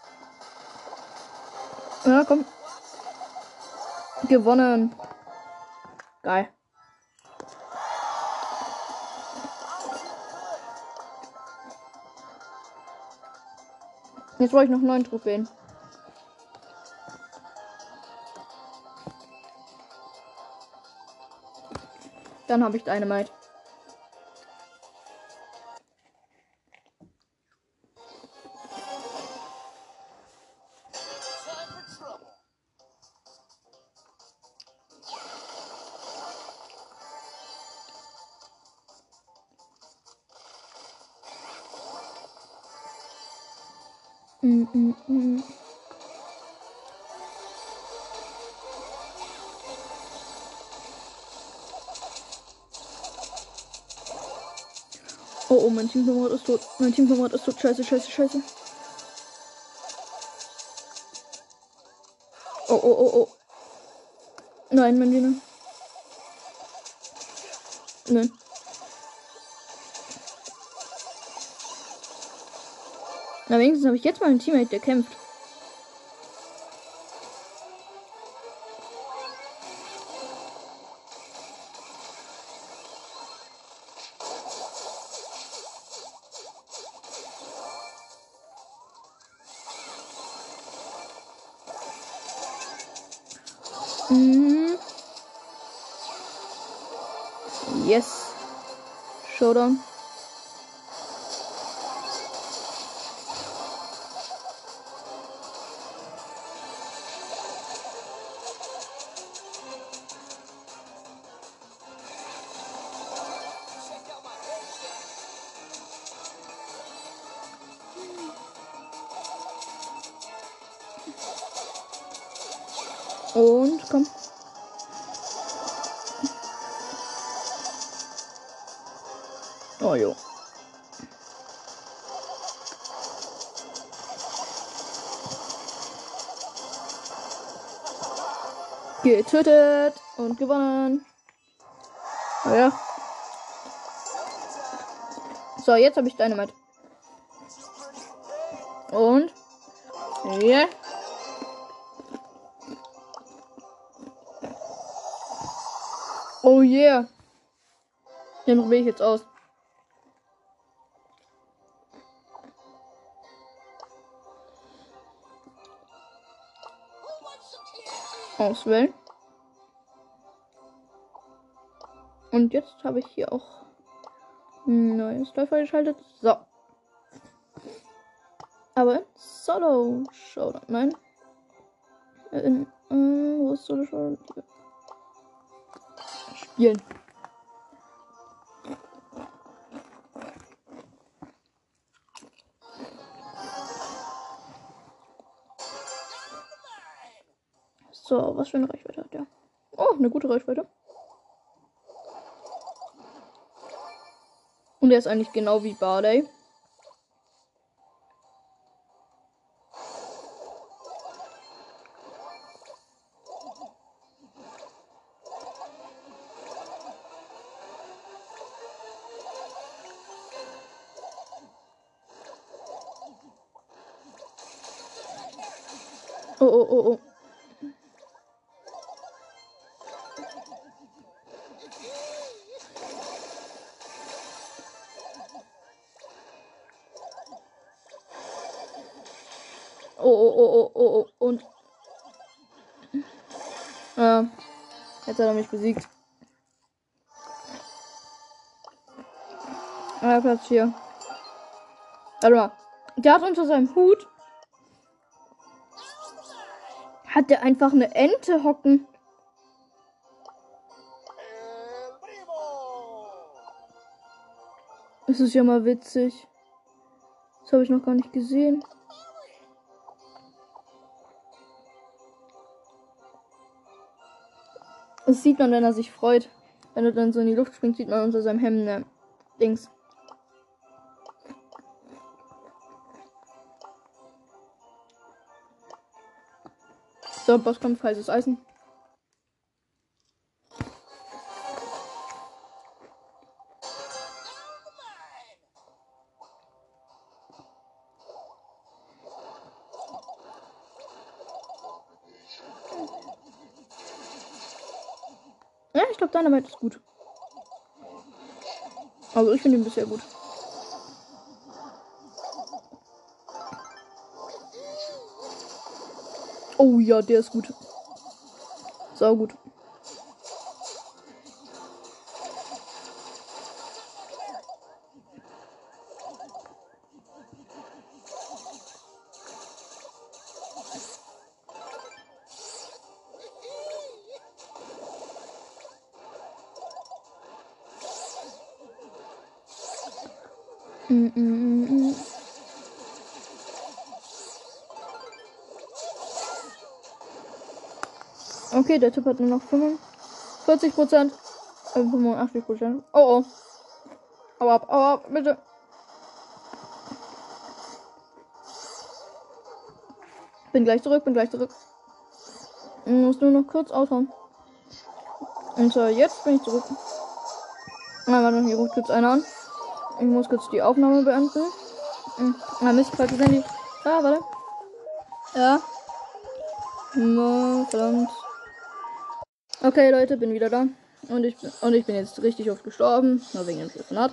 Ja, komm. Gewonnen. Geil. Jetzt brauche ich noch 9 Trophäen. Dann habe ich Dynamite. Time for trouble. Oh, oh, mein Teamkamerad ist tot. Mein Teamkamerad ist tot. Scheiße, scheiße, scheiße. Oh, oh, oh, oh. Nein, mein Diener. Nein. Na, wenigstens habe ich jetzt mal einen Teammate, der kämpft. Yes. Showdown. Check out my headset. Und komm. Oh jo. Getötet und gewonnen. Oh ja. So, jetzt habe ich Dynamite. Und ja. Oh yeah. Den probiere ich jetzt aus. Auswählen. Und jetzt habe ich hier auch ein neues Läufer geschaltet. So. Aber Solo Showdown. Nein. Wo ist Solo Showdown? Spielen. So, was für eine Reichweite hat der? Oh, eine gute Reichweite. Und er ist eigentlich genau wie Barley. Oh, oh, oh, oh. Oh, oh, oh, oh, oh, oh. Und. Ja. Jetzt hat er mich besiegt. Ah, Platz 4. Warte mal. Der hat unter seinem Hut. Hat der einfach eine Ente hocken? El primo. Das ist ja mal witzig. Das habe ich noch gar nicht gesehen. Das sieht man, wenn er sich freut. Wenn er dann so in die Luft springt, sieht man unter seinem Hemd, ne? Dings. So, Bosskampf, heißes Eisen. Ja, ich glaube, Dynamite ist gut. Also, ich finde ihn bisher gut. Oh ja, der ist gut. Sau gut. Okay, der Typ hat nur noch 45%. 85%. Oh oh. Au ab, bitte. Bin gleich zurück. Ich muss nur noch kurz aushauen. Und zwar jetzt bin ich zurück. Ah, warte, hier ruft kurz einer an. Ich muss kurz die Aufnahme beenden. Ah, Mist, falsches Handy. Ah, warte. Ja. Verdammt. Okay, Leute, bin wieder da. Und ich bin jetzt richtig oft gestorben. Nur wegen dem Telefonat.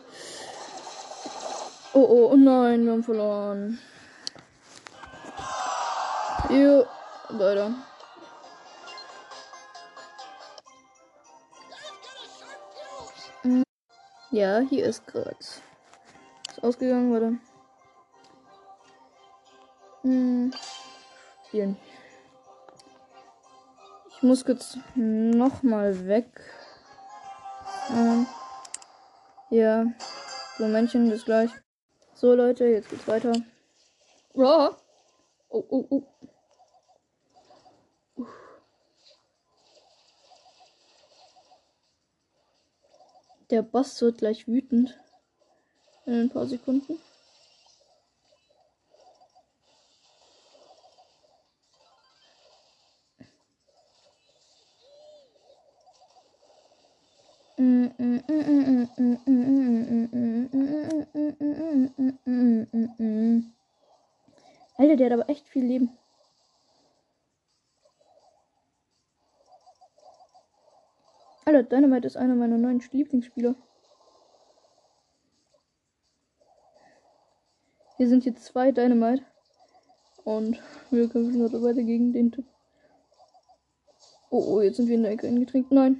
Oh nein, wir haben verloren. Jo, Leute. Ja, hier ist gerade. Ist ausgegangen, warte. Spielen. Ich muss kurz nochmal weg. Ja. So, Männchen, bis gleich. So, Leute, jetzt geht's weiter. Oh. Oh. Der Boss wird gleich wütend. In ein paar Sekunden. Alter, der hat aber echt viel Leben. Alter, Dynamite ist einer meiner neuen Lieblingsspieler. Hier sind jetzt 2 Dynamite. Und wir kämpfen gerade weiter gegen den Typ. Oh, jetzt sind wir in der Ecke eingetränkt. Nein.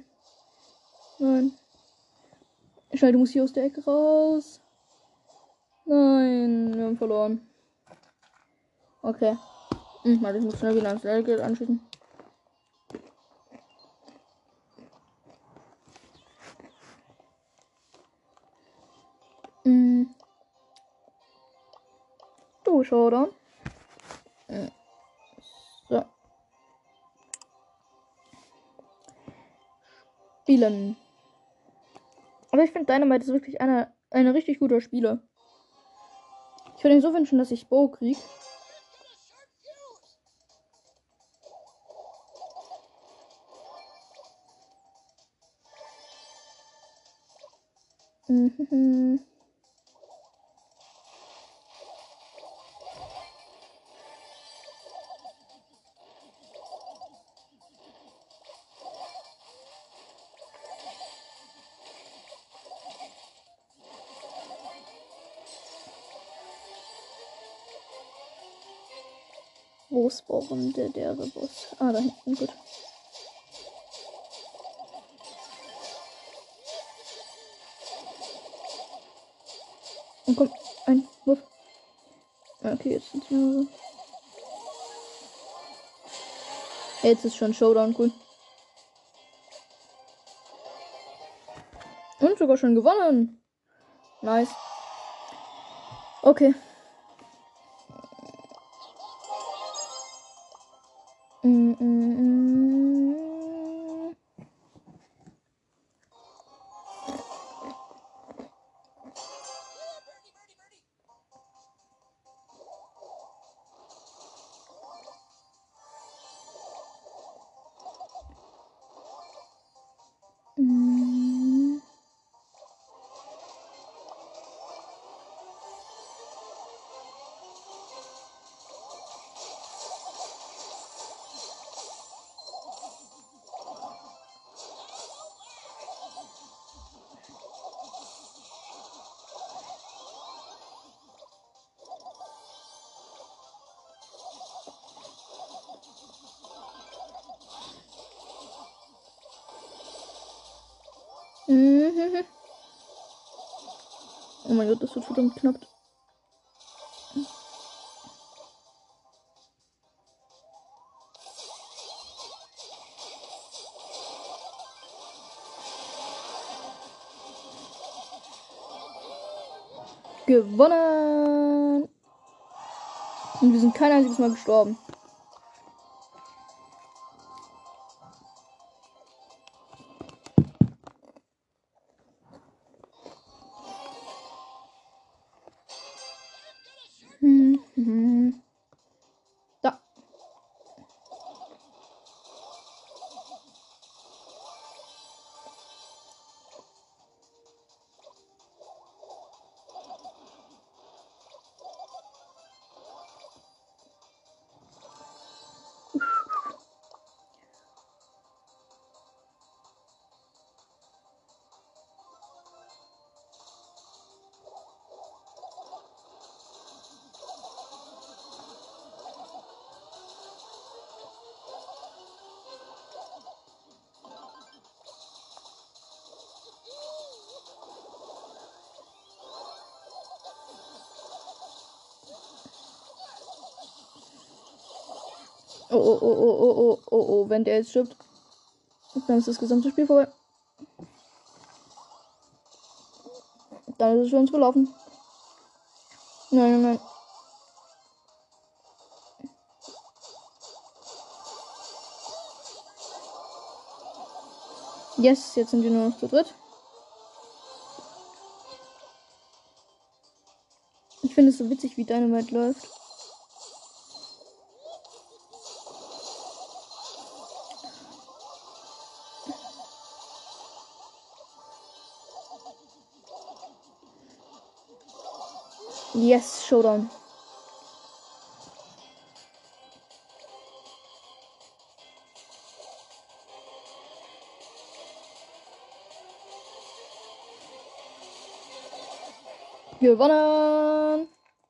Schnell, du musst hier aus der Ecke raus. Nein, wir haben verloren. Okay. Warte, ich muss schnell wieder ans Lehrgeld anschließen. So, Showdown. So. Spielen. Aber ich finde Dynamite ist wirklich einer ein richtig guter Spieler. Ich würde ihn so wünschen, dass ich Bo krieg. Mhm. Wo spawnt der Boss? Ah, da hinten, gut. Und kommt ein Wurf. Okay, jetzt sind wir. Jetzt ist schon Showdown, cool. Und sogar schon gewonnen. Nice. Okay. Mm, mm, mm. Mm. Mhm. Oh mein Gott, das wird verdammt knapp. Gewonnen! Und wir sind kein einziges Mal gestorben. Mhm. Da. Oh, oh, oh, oh, oh, oh, oh, oh, wenn der jetzt stirbt, dann ist das gesamte Spiel vorbei. Dann ist es für uns gelaufen. Nein, nein, nein. Yes, jetzt sind wir nur noch zu dritt. Ich finde es so witzig, wie Dynamite läuft. Yes, Showdown. Gewonnen!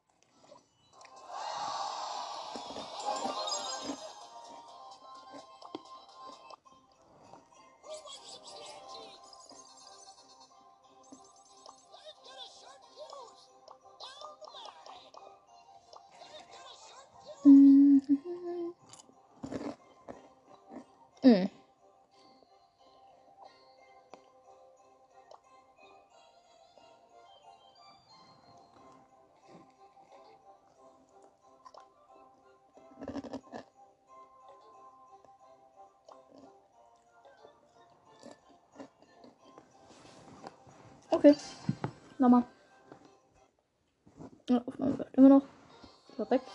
Mhm. Okay. Nochmal. Ja, Aufnahme läuft immer noch. Perfekt.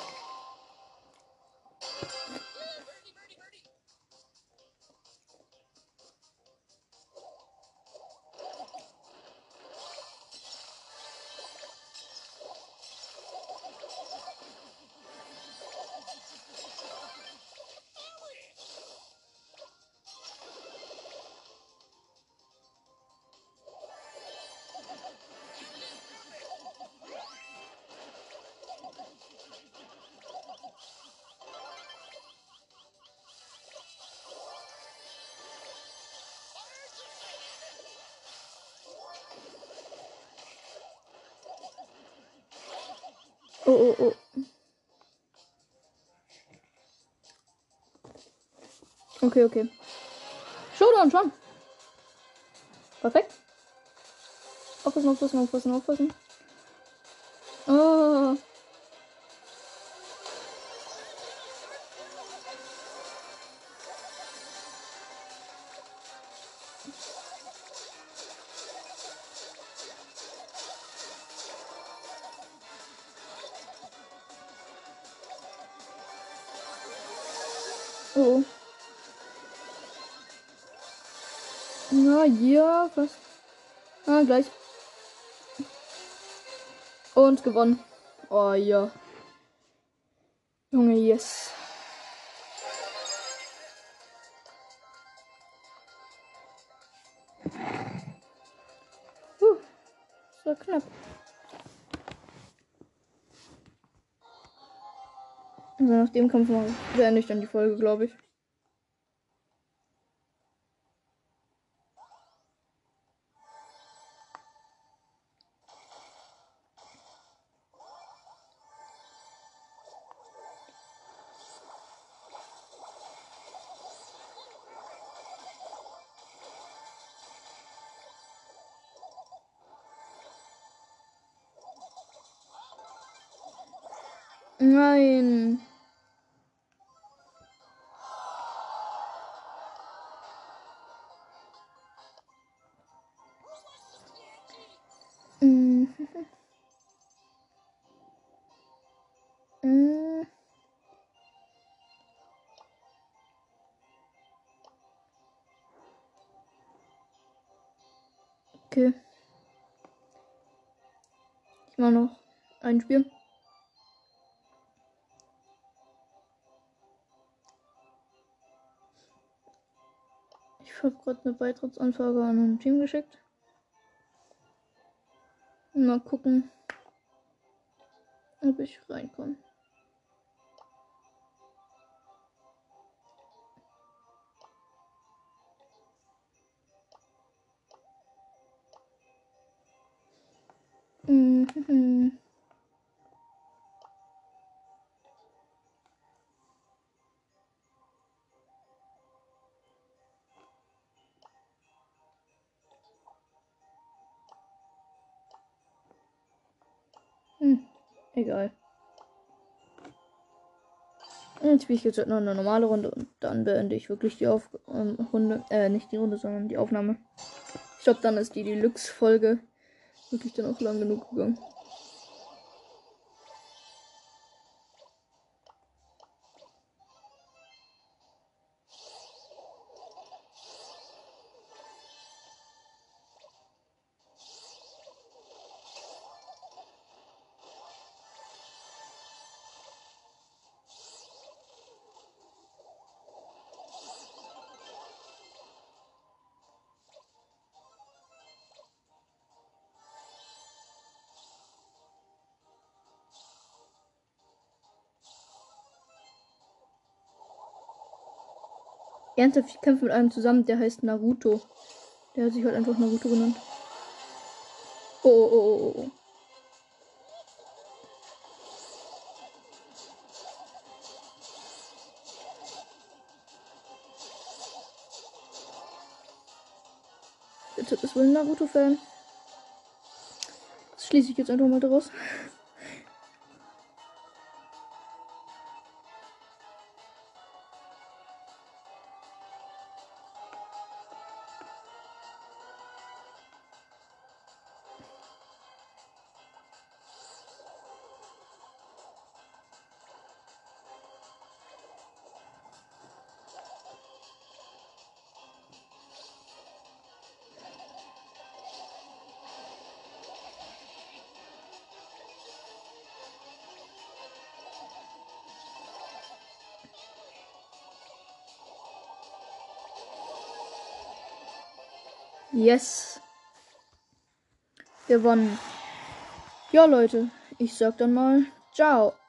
Oh, oh, oh. Okay, okay. Showdown schon. Perfekt. Aufpassen, aufpassen, aufpassen, aufpassen. Oh. Oh. Na ja, was? Ah, gleich. Und gewonnen. Oh ja. Junge, yes. Das war knapp. Also nach dem Kampf beende ich dann die Folge, glaube ich. Nein. Mm. Mm. Okay. Ich mache noch ein Spiel. Ich habe gerade eine Beitrittsanfrage an ein Team geschickt. Mal gucken, ob ich reinkomme. Mhm. Egal. Jetzt spiele ich jetzt noch eine normale Runde und dann beende ich wirklich die Runde. Nicht die Runde, sondern die Aufnahme. Ich glaube, dann ist die Deluxe-Folge wirklich dann auch lang genug gegangen. Ernsthaft, ich kämpfe mit einem zusammen, der heißt Naruto. Der hat sich halt einfach Naruto genannt. Oh, oh, oh, oh, oh. Der Typ ist wohl ein Naruto-Fan. Das schließe ich jetzt einfach mal daraus. Yes. Gewonnen. Ja, Leute, ich sag dann mal, ciao.